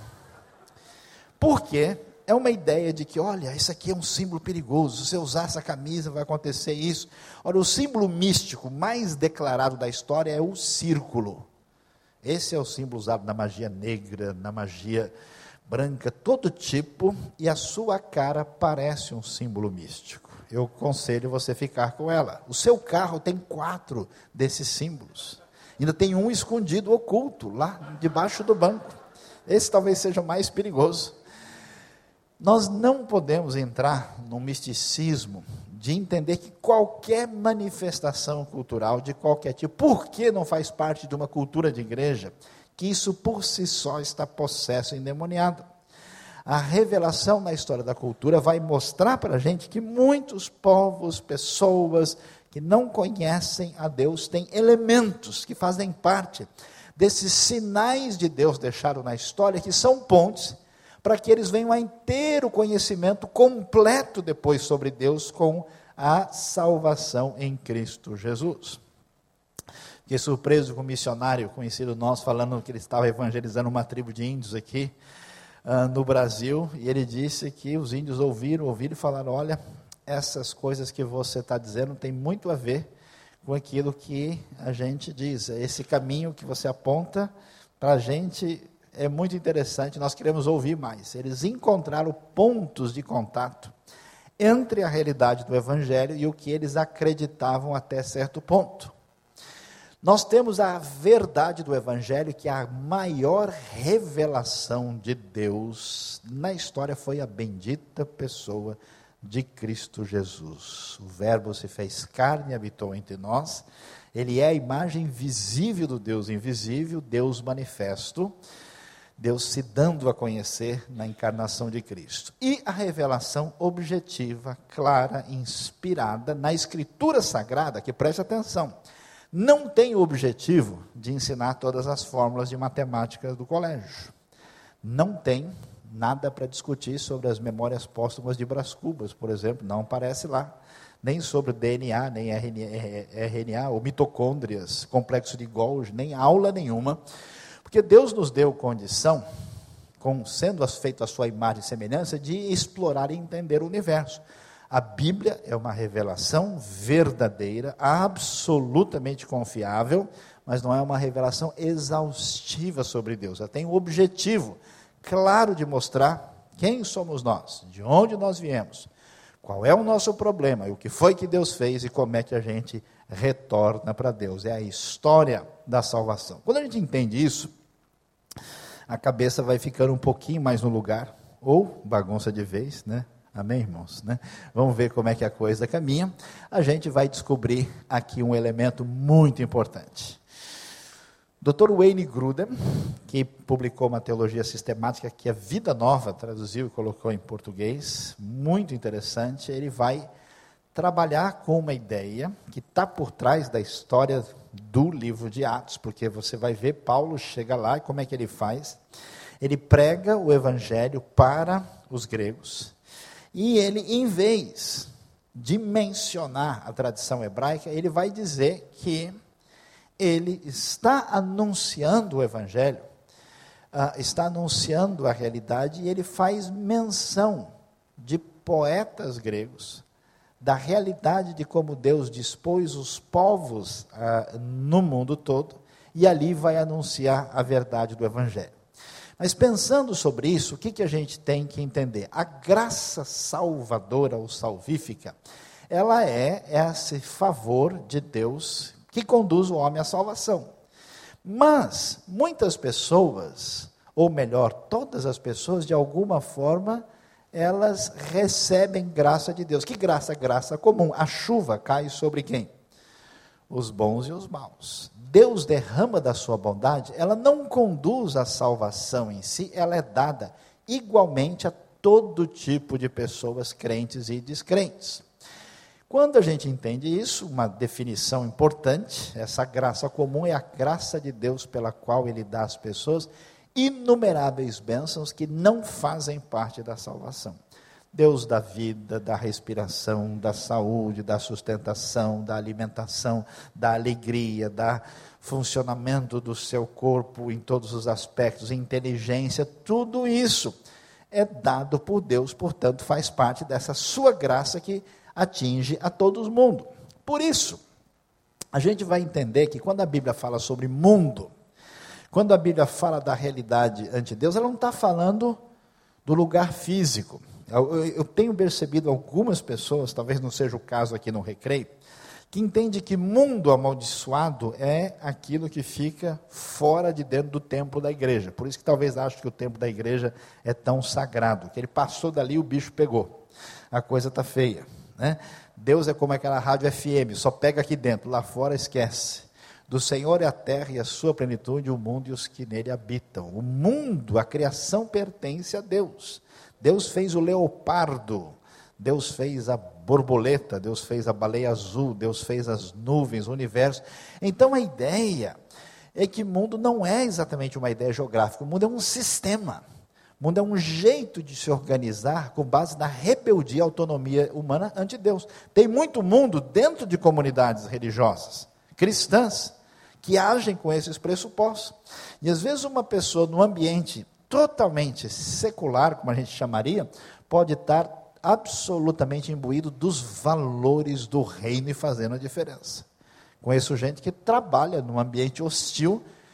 Por quê? É uma ideia de que, olha, isso aqui é um símbolo perigoso, se você usar essa camisa vai acontecer isso. Olha, o símbolo místico mais declarado da história é o círculo. Esse é o símbolo usado na magia negra, na magia branca, todo tipo, e a sua cara parece um símbolo místico. Eu aconselho você ficar com ela. O seu carro tem quatro desses símbolos. Ainda tem um escondido, oculto, lá debaixo do banco. Esse talvez seja o mais perigoso. Nós não podemos entrar no misticismo de entender que qualquer manifestação cultural, de qualquer tipo, por que não faz parte de uma cultura de igreja, que isso por si só está possesso, endemoniado. A revelação na história da cultura vai mostrar para a gente que muitos povos, pessoas que não conhecem a Deus, têm elementos que fazem parte desses sinais de Deus deixados na história, que são pontes para que eles venham a ter o conhecimento completo depois sobre Deus com a salvação em Cristo Jesus. Fiquei surpreso com um missionário conhecido nosso, falando que ele estava evangelizando uma tribo de índios aqui uh, no Brasil, e ele disse que os índios ouviram, ouviram e falaram, olha, essas coisas que você está dizendo tem muito a ver com aquilo que a gente diz, esse caminho que você aponta para a gente é muito interessante, nós queremos ouvir mais. Eles encontraram pontos de contato entre a realidade do Evangelho e o que eles acreditavam até certo ponto. Nós temos a verdade do Evangelho, que a maior revelação de Deus na história foi a bendita pessoa de Cristo Jesus. O Verbo se fez carne e habitou entre nós. Ele é a imagem visível do Deus invisível, Deus manifesto, Deus se dando a conhecer na encarnação de Cristo. E a revelação objetiva, clara, inspirada na Escritura Sagrada, que preste atenção, não tem o objetivo de ensinar todas as fórmulas de matemática do colégio. Não tem nada para discutir sobre as memórias póstumas de Brás Cubas, por exemplo, não aparece lá. Nem sobre D N A, nem R N A, ou mitocôndrias, complexo de Golgi, nem aula nenhuma. Porque Deus nos deu condição, com, sendo feito a sua imagem e semelhança, de explorar e entender o universo. A Bíblia é uma revelação verdadeira, absolutamente confiável, mas não é uma revelação exaustiva sobre Deus. Ela tem um objetivo claro de mostrar quem somos nós, de onde nós viemos, qual é o nosso problema, e o que foi que Deus fez e como é que a gente retorna para Deus. É a história da salvação. Quando a gente entende isso, a cabeça vai ficando um pouquinho mais no lugar, ou bagunça de vez, né? Amém, irmãos? Né? Vamos ver como é que a coisa caminha. A gente vai descobrir aqui um elemento muito importante. doutor Wayne Grudem, que publicou uma teologia sistemática que a Vida Nova traduziu e colocou em português, muito interessante, ele vai trabalhar com uma ideia que está por trás da história do livro de Atos, porque você vai ver, Paulo chega lá e como é que ele faz? Ele prega o evangelho para os gregos, e ele, em vez de mencionar a tradição hebraica, ele vai dizer que ele está anunciando o Evangelho, uh, está anunciando a realidade, e ele faz menção de poetas gregos, da realidade de como Deus dispôs os povos uh, no mundo todo, e ali vai anunciar a verdade do Evangelho. Mas pensando sobre isso, o que, que a gente tem que entender? A graça salvadora ou salvífica, ela é esse favor de Deus que conduz o homem à salvação. Mas muitas pessoas, ou melhor, todas as pessoas, de alguma forma, elas recebem graça de Deus. Que graça? Graça comum. A chuva cai sobre quem? Os bons e os maus. Deus derrama da sua bondade, ela não conduz à salvação em si, ela é dada igualmente a todo tipo de pessoas crentes e descrentes. Quando a gente entende isso, uma definição importante, essa graça comum é a graça de Deus pela qual Ele dá às pessoas inumeráveis bênçãos que não fazem parte da salvação. Deus da vida, da respiração, da saúde, da sustentação, da alimentação, da alegria, da funcionamento do seu corpo em todos os aspectos, inteligência, tudo isso é dado por Deus, portanto faz parte dessa sua graça que atinge a todo mundo. Por isso, a gente vai entender que quando a Bíblia fala sobre mundo, quando a Bíblia fala da realidade ante Deus, ela não está falando do lugar físico. Eu, eu tenho percebido algumas pessoas, talvez não seja o caso aqui no Recreio, que entende que mundo amaldiçoado é aquilo que fica fora de dentro do templo da igreja. Por isso que talvez ache que o templo da igreja é tão sagrado, que ele passou dali e o bicho pegou. A coisa está feia. Né? Deus é como aquela rádio F M, só pega aqui dentro, lá fora esquece. Do Senhor é a terra e a sua plenitude, o mundo e os que nele habitam. O mundo, a criação pertence a Deus. Deus fez o leopardo, Deus fez a borboleta, Deus fez a baleia azul, Deus fez as nuvens, o universo. Então a ideia é que o mundo não é exatamente uma ideia geográfica, o mundo é um sistema. O mundo é um jeito de se organizar com base na rebeldia e autonomia humana ante Deus. Tem muito mundo dentro de comunidades religiosas, cristãs, que agem com esses pressupostos. E às vezes uma pessoa num ambiente totalmente secular, como a gente chamaria, pode estar absolutamente imbuído dos valores do reino e fazendo a diferença. Conheço gente que trabalha num ambiente hostil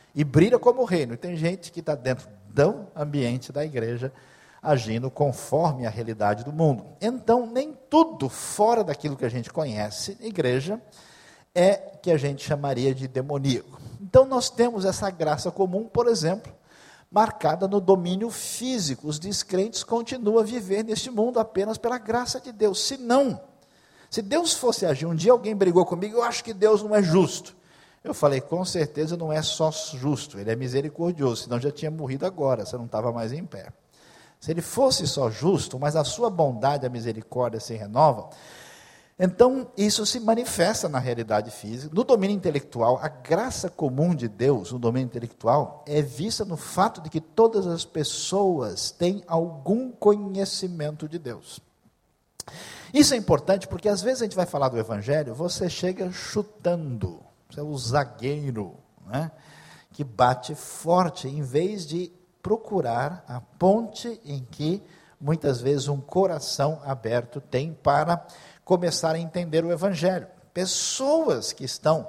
e brilha como reino. E tem gente que está dentro do ambiente da igreja, agindo conforme a realidade do mundo. Então, nem tudo fora daquilo que a gente conhece, igreja, é que a gente chamaria de demoníaco. Então, nós temos essa graça comum, por exemplo, marcada no domínio físico. Os descrentes continuam a viver neste mundo apenas pela graça de Deus. Se não, se Deus fosse agir, um dia alguém brigou comigo, eu acho que Deus não é justo. Eu falei, com certeza não é só justo, ele é misericordioso, senão já tinha morrido agora, você não estava mais em pé. Se ele fosse só justo, mas a sua bondade e a misericórdia se renovam, então isso se manifesta na realidade física. No domínio intelectual, a graça comum de Deus, no domínio intelectual, é vista no fato de que todas as pessoas têm algum conhecimento de Deus. Isso é importante porque às vezes a gente vai falar do Evangelho, você chega chutando, você é o zagueiro, né, que bate forte, em vez de procurar a ponte em que muitas vezes um coração aberto tem para começar a entender o Evangelho. Pessoas que estão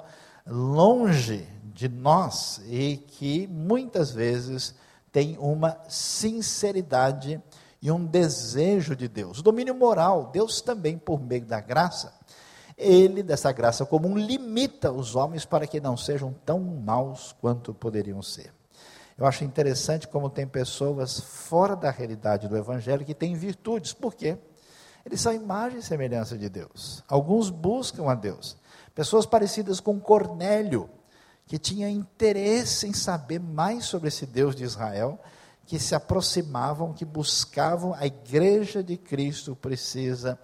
longe de nós e que muitas vezes têm uma sinceridade e um desejo de Deus. O domínio moral, Deus também, por meio da graça, ele, dessa graça comum, limita os homens para que não sejam tão maus quanto poderiam ser. Eu acho interessante como tem pessoas fora da realidade do Evangelho que têm virtudes. Por quê? Eles são imagem e semelhança de Deus. Alguns buscam a Deus. Pessoas parecidas com Cornélio, que tinha interesse em saber mais sobre esse Deus de Israel, que se aproximavam, que buscavam. A igreja de Cristo precisa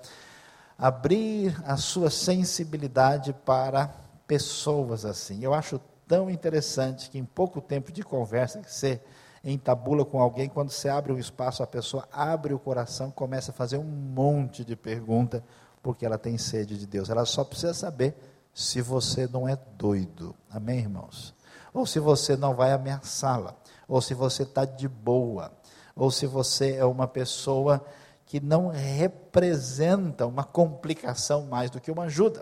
abrir a sua sensibilidade para pessoas assim. Eu acho tão interessante que em pouco tempo de conversa que você entabula com alguém, quando você abre um espaço, a pessoa abre o coração, começa a fazer um monte de perguntas, porque ela tem sede de Deus. Ela só precisa saber se você não é doido. Amém, irmãos? Ou se você não vai ameaçá-la, ou se você está de boa, ou se você é uma pessoa que não representa uma complicação mais do que uma ajuda.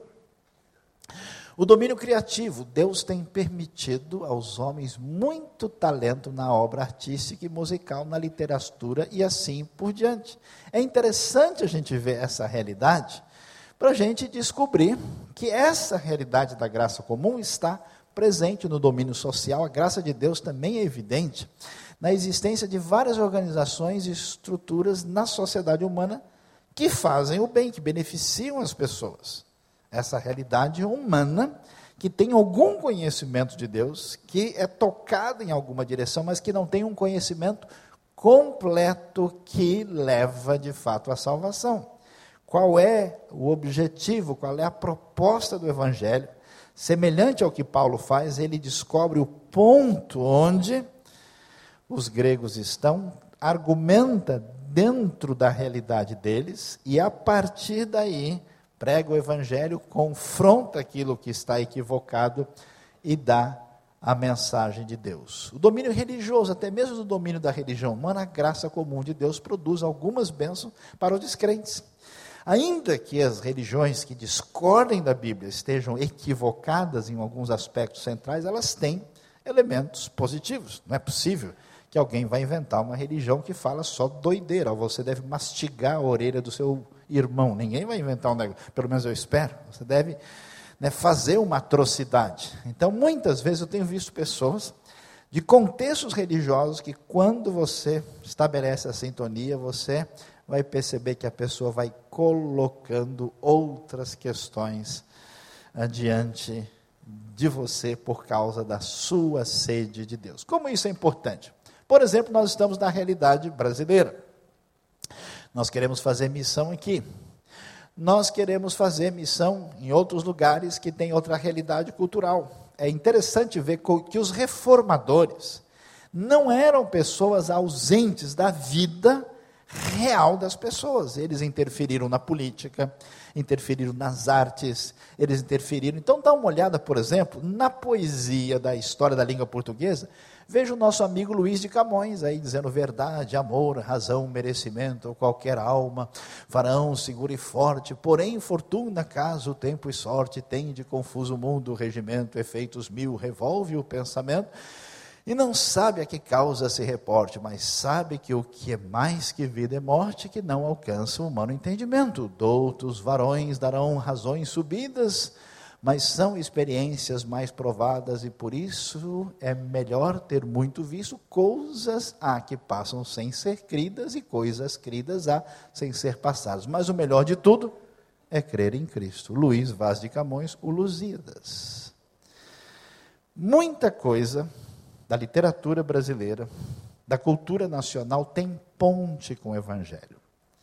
O domínio criativo, Deus tem permitido aos homens muito talento na obra artística e musical, na literatura e assim por diante. É interessante a gente ver essa realidade, para a gente descobrir que essa realidade da graça comum está presente no domínio social. A graça de Deus também é evidente na existência de várias organizações e estruturas na sociedade humana que fazem o bem, que beneficiam as pessoas. Essa realidade humana que tem algum conhecimento de Deus, que é tocada em alguma direção, mas que não tem um conhecimento completo que leva de fato à salvação. Qual é o objetivo, qual é a proposta do Evangelho? Semelhante ao que Paulo faz, ele descobre o ponto onde os gregos estão, argumenta dentro da realidade deles, e a partir daí prega o Evangelho, confronta aquilo que está equivocado e dá a mensagem de Deus. O domínio religioso, até mesmo o domínio da religião humana, a graça comum de Deus produz algumas bênçãos para os descrentes. Ainda que as religiões que discordem da Bíblia estejam equivocadas em alguns aspectos centrais, elas têm elementos positivos. Não é possível que alguém vai inventar uma religião que fala só doideira, ou você deve mastigar a orelha do seu irmão. Ninguém vai inventar um negócio, pelo menos eu espero. Você deve, né, fazer uma atrocidade. Então, muitas vezes eu tenho visto pessoas de contextos religiosos que, quando você estabelece a sintonia, você vai perceber que a pessoa vai colocando outras questões adiante de você por causa da sua sede de Deus. Como isso é importante? Por exemplo, nós estamos na realidade brasileira. Nós queremos fazer missão aqui. Nós queremos fazer missão em outros lugares que têm outra realidade cultural. É interessante ver que os reformadores não eram pessoas ausentes da vida real das pessoas. Eles interferiram na política, interferiram nas artes, eles interferiram. Então dá uma olhada, por exemplo, na poesia da história da língua portuguesa. Veja o nosso amigo Luís de Camões aí dizendo: verdade, amor, razão, merecimento, qualquer alma farão seguro e forte, porém fortuna, caso, tempo e sorte, tem de confuso mundo, regimento, efeitos mil, revolve o pensamento. E não sabe a que causa se reporte, mas sabe que o que é mais que vida é morte, que não alcança o humano entendimento. Doutos varões darão razões subidas, mas são experiências mais provadas, e por isso é melhor ter muito visto. Coisas há que passam sem ser cridas, e coisas cridas há sem ser passadas. Mas o melhor de tudo é crer em Cristo. Luís Vaz de Camões, o Lusíadas. Muita coisa da literatura brasileira, da cultura nacional, tem ponte com o Evangelho.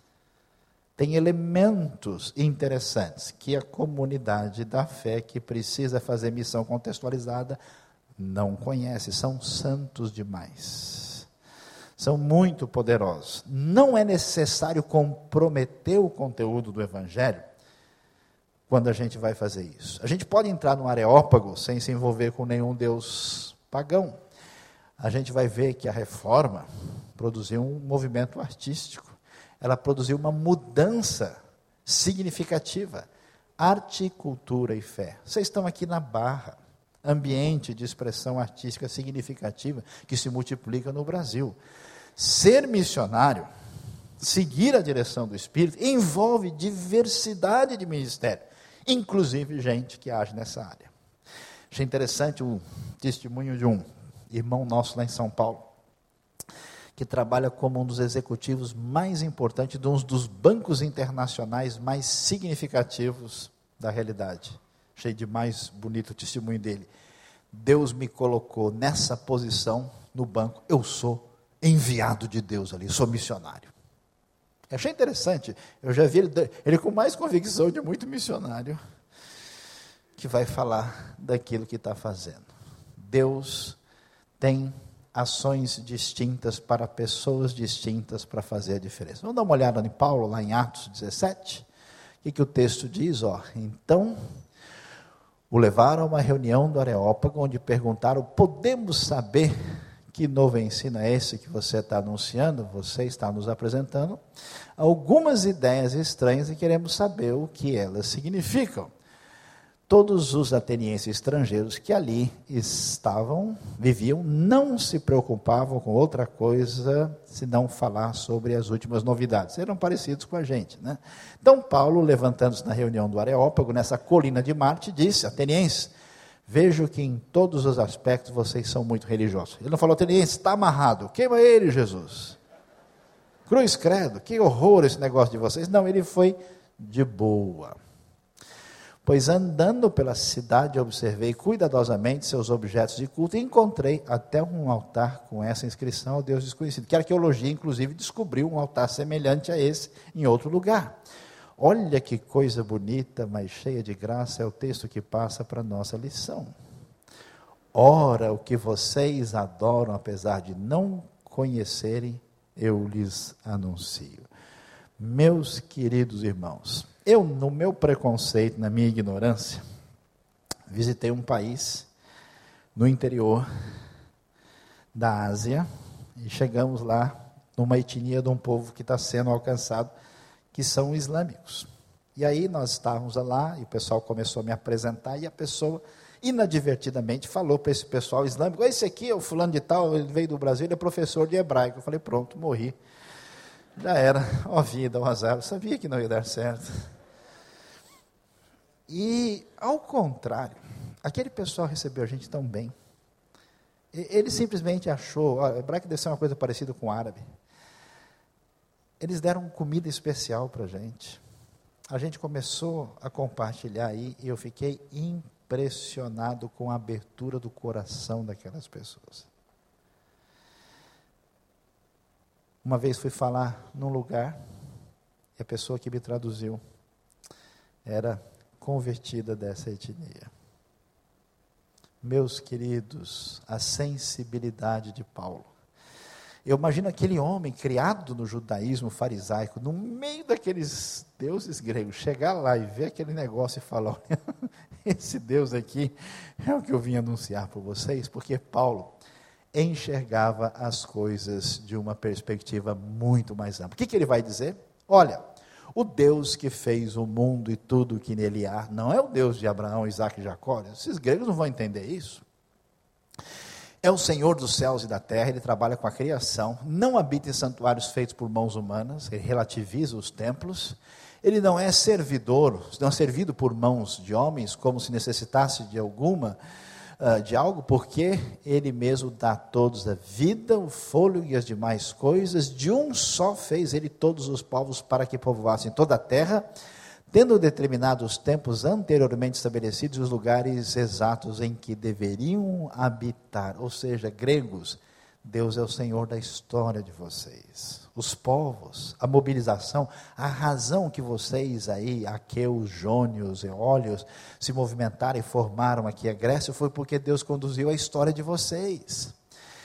Tem elementos interessantes que a comunidade da fé, que precisa fazer missão contextualizada, não conhece. São santos demais. São muito poderosos. Não é necessário comprometer o conteúdo do Evangelho quando a gente vai fazer isso. A gente pode entrar no Areópago sem se envolver com nenhum deus pagão. A gente vai ver que a reforma produziu um movimento artístico. Ela produziu uma mudança significativa. Arte, cultura e fé. Vocês estão aqui na Barra, ambiente de expressão artística significativa que se multiplica no Brasil. Ser missionário, seguir a direção do Espírito, envolve diversidade de ministério, inclusive gente que age nessa área. Achei interessante o testemunho de um irmão nosso lá em São Paulo, que trabalha como um dos executivos mais importantes de um dos bancos internacionais mais significativos da realidade. Achei demais bonito o testemunho dele. Deus me colocou nessa posição no banco, eu sou enviado de Deus ali, sou missionário. Achei interessante, eu já vi ele, ele com mais convicção de muito missionário, que vai falar daquilo que está fazendo. Deus tem ações distintas para pessoas distintas para fazer a diferença. Vamos dar uma olhada em Paulo, lá em Atos dezessete. O que, que o texto diz? Ó, então, o levaram a uma reunião do Areópago, onde perguntaram: podemos saber que novo ensino é esse que você está anunciando, você está nos apresentando algumas ideias estranhas e queremos saber o que elas significam. Todos os atenienses estrangeiros que ali estavam, viviam, não se preocupavam com outra coisa senão falar sobre as últimas novidades. Eram parecidos com a gente, né? Então Paulo, levantando-se na reunião do Areópago, nessa colina de Marte, disse: atenienses, vejo que em todos os aspectos vocês são muito religiosos. Ele não falou: atenienses, está amarrado, queima ele, Jesus. Cruz credo, que horror esse negócio de vocês. Não, ele foi de boa. Pois andando pela cidade, observei cuidadosamente seus objetos de culto e encontrei até um altar com essa inscrição ao Deus desconhecido. Que a arqueologia, inclusive, descobriu um altar semelhante a esse em outro lugar. Olha que coisa bonita, mas cheia de graça, é o texto que passa para a nossa lição. Ora, o que vocês adoram, apesar de não conhecerem, eu lhes anuncio. Meus queridos irmãos, eu, no meu preconceito, na minha ignorância, visitei um país no interior da Ásia e chegamos lá numa etnia de um povo que está sendo alcançado, que são islâmicos. E aí nós estávamos lá e o pessoal começou a me apresentar e a pessoa inadvertidamente falou para esse pessoal islâmico: esse aqui é o fulano de tal, ele veio do Brasil, ele é professor de hebraico. Eu falei: pronto, morri. Já era, ó vida, ó azar, eu sabia que não ia dar certo. E, ao contrário, aquele pessoal recebeu a gente tão bem. Ele simplesmente achou, ó, hebraico deve ser uma coisa parecida com o árabe. Eles deram comida especial para a gente. A gente começou a compartilhar aí e eu fiquei impressionado com a abertura do coração daquelas pessoas. Uma vez fui falar num lugar e a pessoa que me traduziu era convertida dessa etnia. Meus queridos, a sensibilidade de Paulo. Eu imagino aquele homem criado no judaísmo farisaico, no meio daqueles deuses gregos, chegar lá e ver aquele negócio e falar: esse Deus aqui é o que eu vim anunciar para vocês, porque Paulo enxergava as coisas de uma perspectiva muito mais ampla. O que, que ele vai dizer? Olha, o Deus que fez o mundo e tudo que nele há, não é o Deus de Abraão, Isaac e Jacó. Esses gregos não vão entender isso. É o Senhor dos céus e da terra, Ele trabalha com a criação, não habita em santuários feitos por mãos humanas, Ele relativiza os templos, Ele não é servidor, não é servido por mãos de homens, como se necessitasse de alguma, uh, de algo, porque Ele mesmo dá a todos a vida, o fôlego e as demais coisas, de um só fez Ele todos os povos para que povoassem toda a terra, tendo determinado os tempos anteriormente estabelecidos, os lugares exatos em que deveriam habitar. Ou seja, gregos, Deus é o Senhor da história de vocês. Os povos, a mobilização, a razão que vocês aí, aqueus, jônios, eólios, se movimentaram e formaram aqui a Grécia, foi porque Deus conduziu a história de vocês.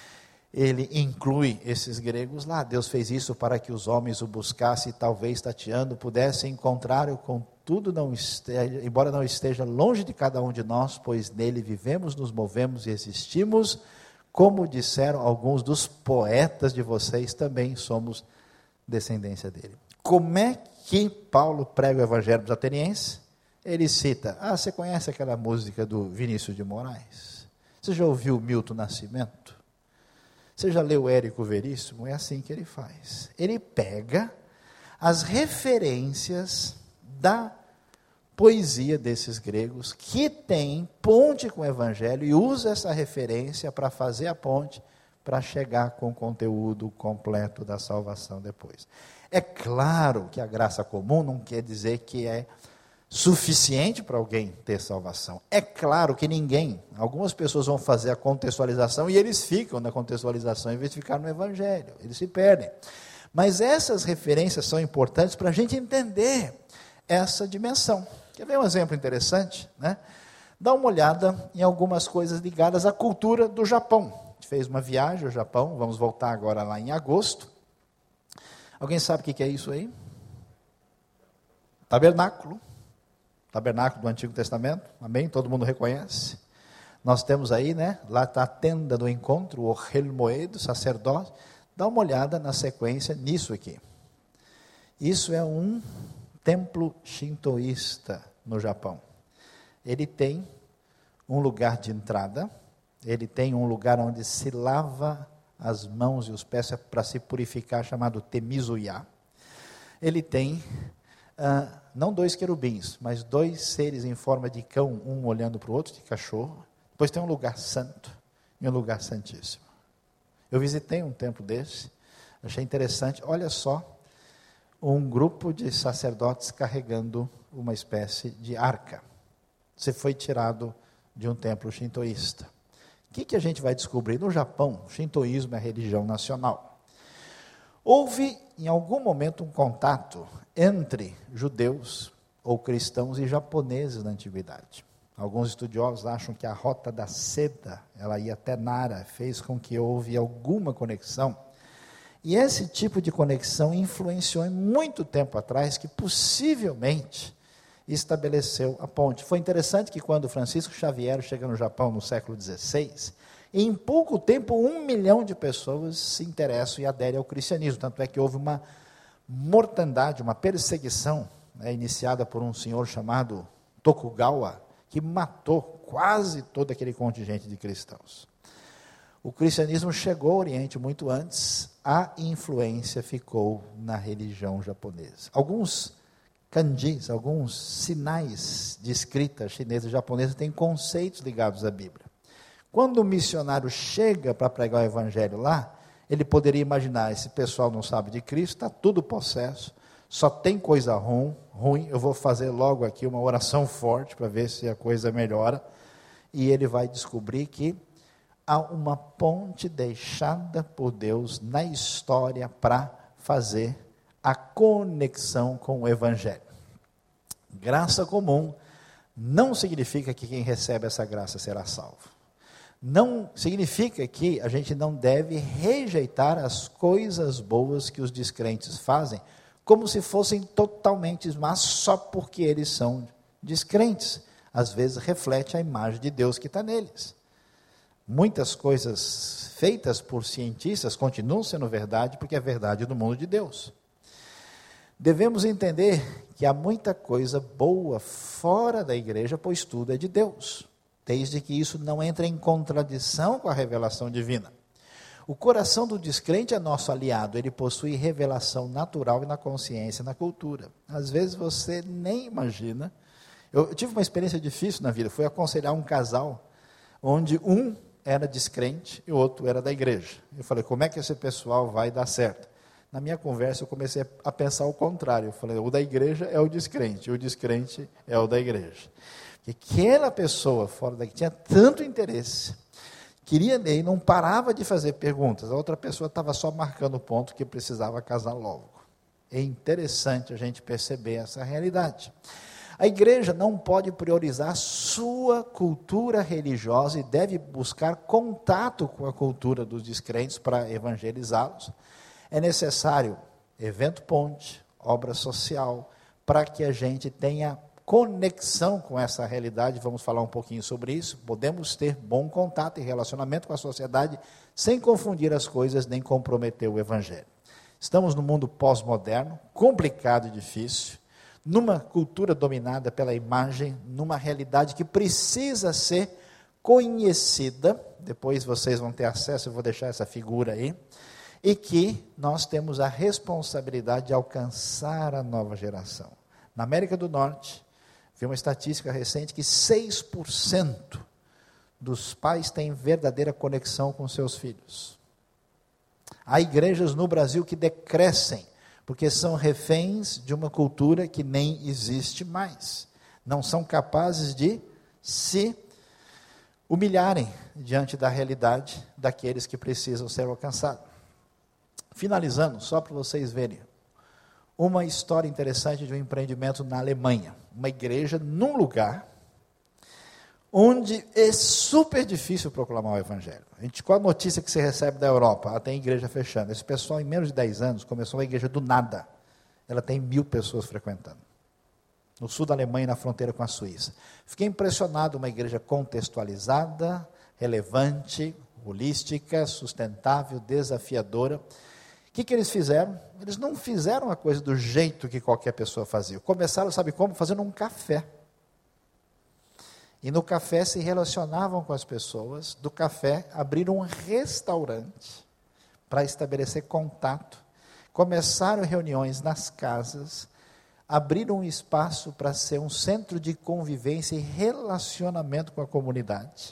Ele inclui esses gregos lá. Deus fez isso para que os homens o buscassem e talvez tateando pudessem encontrar-o, contudo não esteja, embora não esteja longe de cada um de nós, pois nele vivemos, nos movemos e existimos, como disseram alguns dos poetas de vocês, também somos descendência dele. Como é que Paulo prega o evangelho dos atenienses? Ele cita, ah, você conhece aquela música do Vinícius de Moraes? Você já ouviu Milton Nascimento? Você já leu Érico Veríssimo? É assim que ele faz. Ele pega as referências da poesia desses gregos, que tem ponte com o evangelho, e usa essa referência para fazer a ponte, para chegar com o conteúdo completo da salvação depois. É claro que a graça comum não quer dizer que é suficiente para alguém ter salvação. É claro que ninguém, algumas pessoas vão fazer a contextualização e eles ficam na contextualização em vez de ficar no evangelho, eles se perdem. Mas essas referências são importantes para a gente entender essa dimensão. Quer ver um exemplo interessante? Né? Dá uma olhada em algumas coisas ligadas à cultura do Japão. A gente fez uma viagem ao Japão, vamos voltar agora lá em agosto. Alguém sabe o que é isso aí? Tabernáculo. Tabernáculo do Antigo Testamento, amém? Todo mundo reconhece. Nós temos aí, né? Lá está a tenda do encontro, o Ohel Moed, sacerdote. Dá uma olhada na sequência nisso aqui. Isso é um templo shintoísta no Japão. Ele tem um lugar de entrada, ele tem um lugar onde se lava as mãos e os pés para se purificar, chamado Temizuya. Ele tem Uh, não dois querubins, mas dois seres em forma de cão, um olhando para o outro, de cachorro. Depois tem um lugar santo e um lugar santíssimo. Eu visitei um templo desse, achei interessante. Olha só, um grupo de sacerdotes carregando uma espécie de arca. Você foi tirado de um templo shintoísta. O que, que a gente vai descobrir? No Japão, o shintoísmo é a religião nacional. Houve, em algum momento, um contato entre judeus ou cristãos e japoneses na antiguidade. Alguns estudiosos acham que a rota da seda, ela ia até Nara, fez com que houve alguma conexão. E esse tipo de conexão influenciou em muito tempo atrás, que possivelmente estabeleceu a ponte. Foi interessante que quando Francisco Xavier chega no Japão no século dezesseis, em pouco tempo, um milhão de pessoas se interessam e aderem ao cristianismo. Tanto é que houve uma mortandade, uma perseguição, né, iniciada por um senhor chamado Tokugawa, que matou quase todo aquele contingente de cristãos. O cristianismo chegou ao Oriente muito antes, a influência ficou na religião japonesa. Alguns kanjis, alguns sinais de escrita chinesa e japonesa têm conceitos ligados à Bíblia. Quando o missionário chega para pregar o evangelho lá, ele poderia imaginar, esse pessoal não sabe de Cristo, está tudo possesso, só tem coisa ruim, ruim, eu vou fazer logo aqui uma oração forte para ver se a coisa melhora, e ele vai descobrir que há uma ponte deixada por Deus na história para fazer a conexão com o evangelho. Graça comum não significa que quem recebe essa graça será salvo. Não significa que a gente não deve rejeitar as coisas boas que os descrentes fazem, como se fossem totalmente más, só porque eles são descrentes. Às vezes reflete a imagem de Deus que está neles. Muitas coisas feitas por cientistas continuam sendo verdade, porque é verdade do mundo de Deus. Devemos entender que há muita coisa boa fora da igreja, pois tudo é de Deus. desde que isso não entre em contradição com a revelação divina. O coração do descrente é nosso aliado, ele possui revelação natural e na consciência, na cultura. Às vezes você nem imagina. Eu, eu tive uma experiência difícil na vida, fui aconselhar um casal, onde um era descrente e o outro era da igreja. Eu falei, como é que esse pessoal vai dar certo? Na minha conversa eu comecei a pensar o contrário, eu falei, o da igreja é o descrente, o descrente é o da igreja. Porque aquela pessoa fora daqui tinha tanto interesse, queria ler e não parava de fazer perguntas, a outra pessoa estava só marcando o ponto que precisava casar logo. É interessante a gente perceber essa realidade. A igreja não pode priorizar sua cultura religiosa e deve buscar contato com a cultura dos descrentes para evangelizá-los. É necessário evento ponte, obra social, para que a gente tenha conexão com essa realidade. Vamos falar um pouquinho sobre isso. Podemos ter bom contato e relacionamento com a sociedade sem confundir as coisas nem comprometer o evangelho. Estamos num mundo pós-moderno, complicado e difícil, numa cultura dominada pela imagem, numa realidade que precisa ser conhecida. Depois vocês vão ter acesso, eu vou deixar essa figura aí, e que nós temos a responsabilidade de alcançar a nova geração. Na América do Norte, vi uma estatística recente que seis por cento dos pais têm verdadeira conexão com seus filhos. Há igrejas no Brasil que decrescem, porque são reféns de uma cultura que nem existe mais. Não são capazes de se humilharem diante da realidade daqueles que precisam ser alcançados. Finalizando, só para vocês verem, uma história interessante de um empreendimento na Alemanha. Uma igreja num lugar onde é super difícil proclamar o evangelho. A gente, qual a notícia que você recebe da Europa? Ela tem igreja fechando. Esse pessoal, em menos de dez anos, começou uma igreja do nada. Ela tem mil pessoas frequentando. No sul da Alemanha, na fronteira com a Suíça. Fiquei impressionado, uma igreja contextualizada, relevante, holística, sustentável, desafiadora. O que, que eles fizeram? Eles não fizeram a coisa do jeito que qualquer pessoa fazia. Começaram, sabe como? Fazendo um café. E no café se relacionavam com as pessoas. Do café abriram um restaurante para estabelecer contato. Começaram reuniões nas casas. Abriram um espaço para ser um centro de convivência e relacionamento com a comunidade.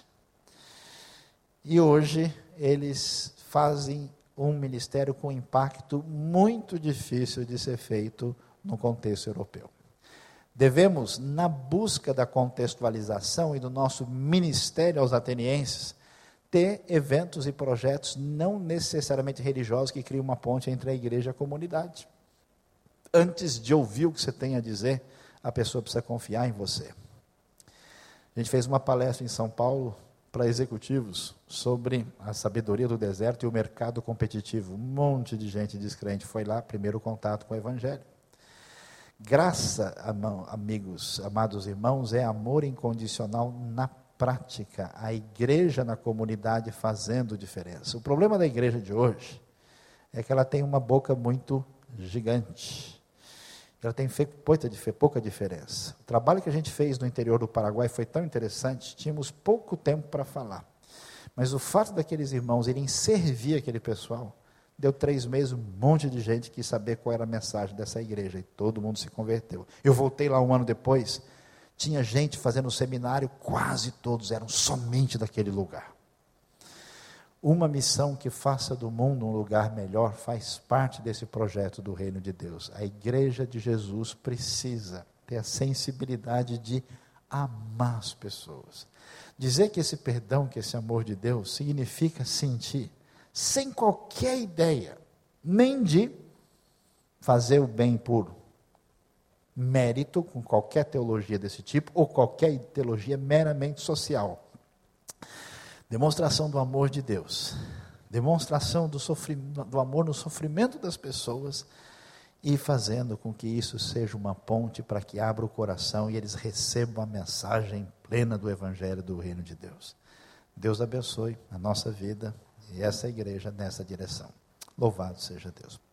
E hoje eles fazem um ministério com impacto muito difícil de ser feito no contexto europeu. Devemos, na busca da contextualização e do nosso ministério aos atenienses, ter eventos e projetos não necessariamente religiosos que criem uma ponte entre a igreja e a comunidade. Antes de ouvir o que você tem a dizer, a pessoa precisa confiar em você. A gente fez uma palestra em São Paulo para executivos sobre a sabedoria do deserto e o mercado competitivo. Um monte de gente descrente foi lá, primeiro contato com o evangelho. Graça, amigos, amados irmãos, é amor incondicional na prática. A igreja na comunidade fazendo diferença. O problema da igreja de hoje é que ela tem uma boca muito gigante. Ela tem feito pouca diferença. O trabalho que a gente fez no interior do Paraguai foi tão interessante, tínhamos pouco tempo para falar. Mas o fato daqueles irmãos irem servir aquele pessoal, deu três meses, um monte de gente quis saber qual era a mensagem dessa igreja, e todo mundo se converteu. Eu voltei lá um ano depois, tinha gente fazendo seminário, quase todos eram somente daquele lugar. Uma missão que faça do mundo um lugar melhor faz parte desse projeto do reino de Deus. A igreja de Jesus precisa ter a sensibilidade de amar as pessoas. Dizer que esse perdão, que esse amor de Deus significa sentir, sem qualquer ideia, nem de fazer o bem por mérito, com qualquer teologia desse tipo, ou qualquer teologia meramente social. Demonstração do amor de Deus, demonstração do, sofrimento, do amor no sofrimento das pessoas, e fazendo com que isso seja uma ponte para que abra o coração e eles recebam a mensagem plena do Evangelho do Reino de Deus. Deus abençoe a nossa vida e essa igreja nessa direção. Louvado seja Deus.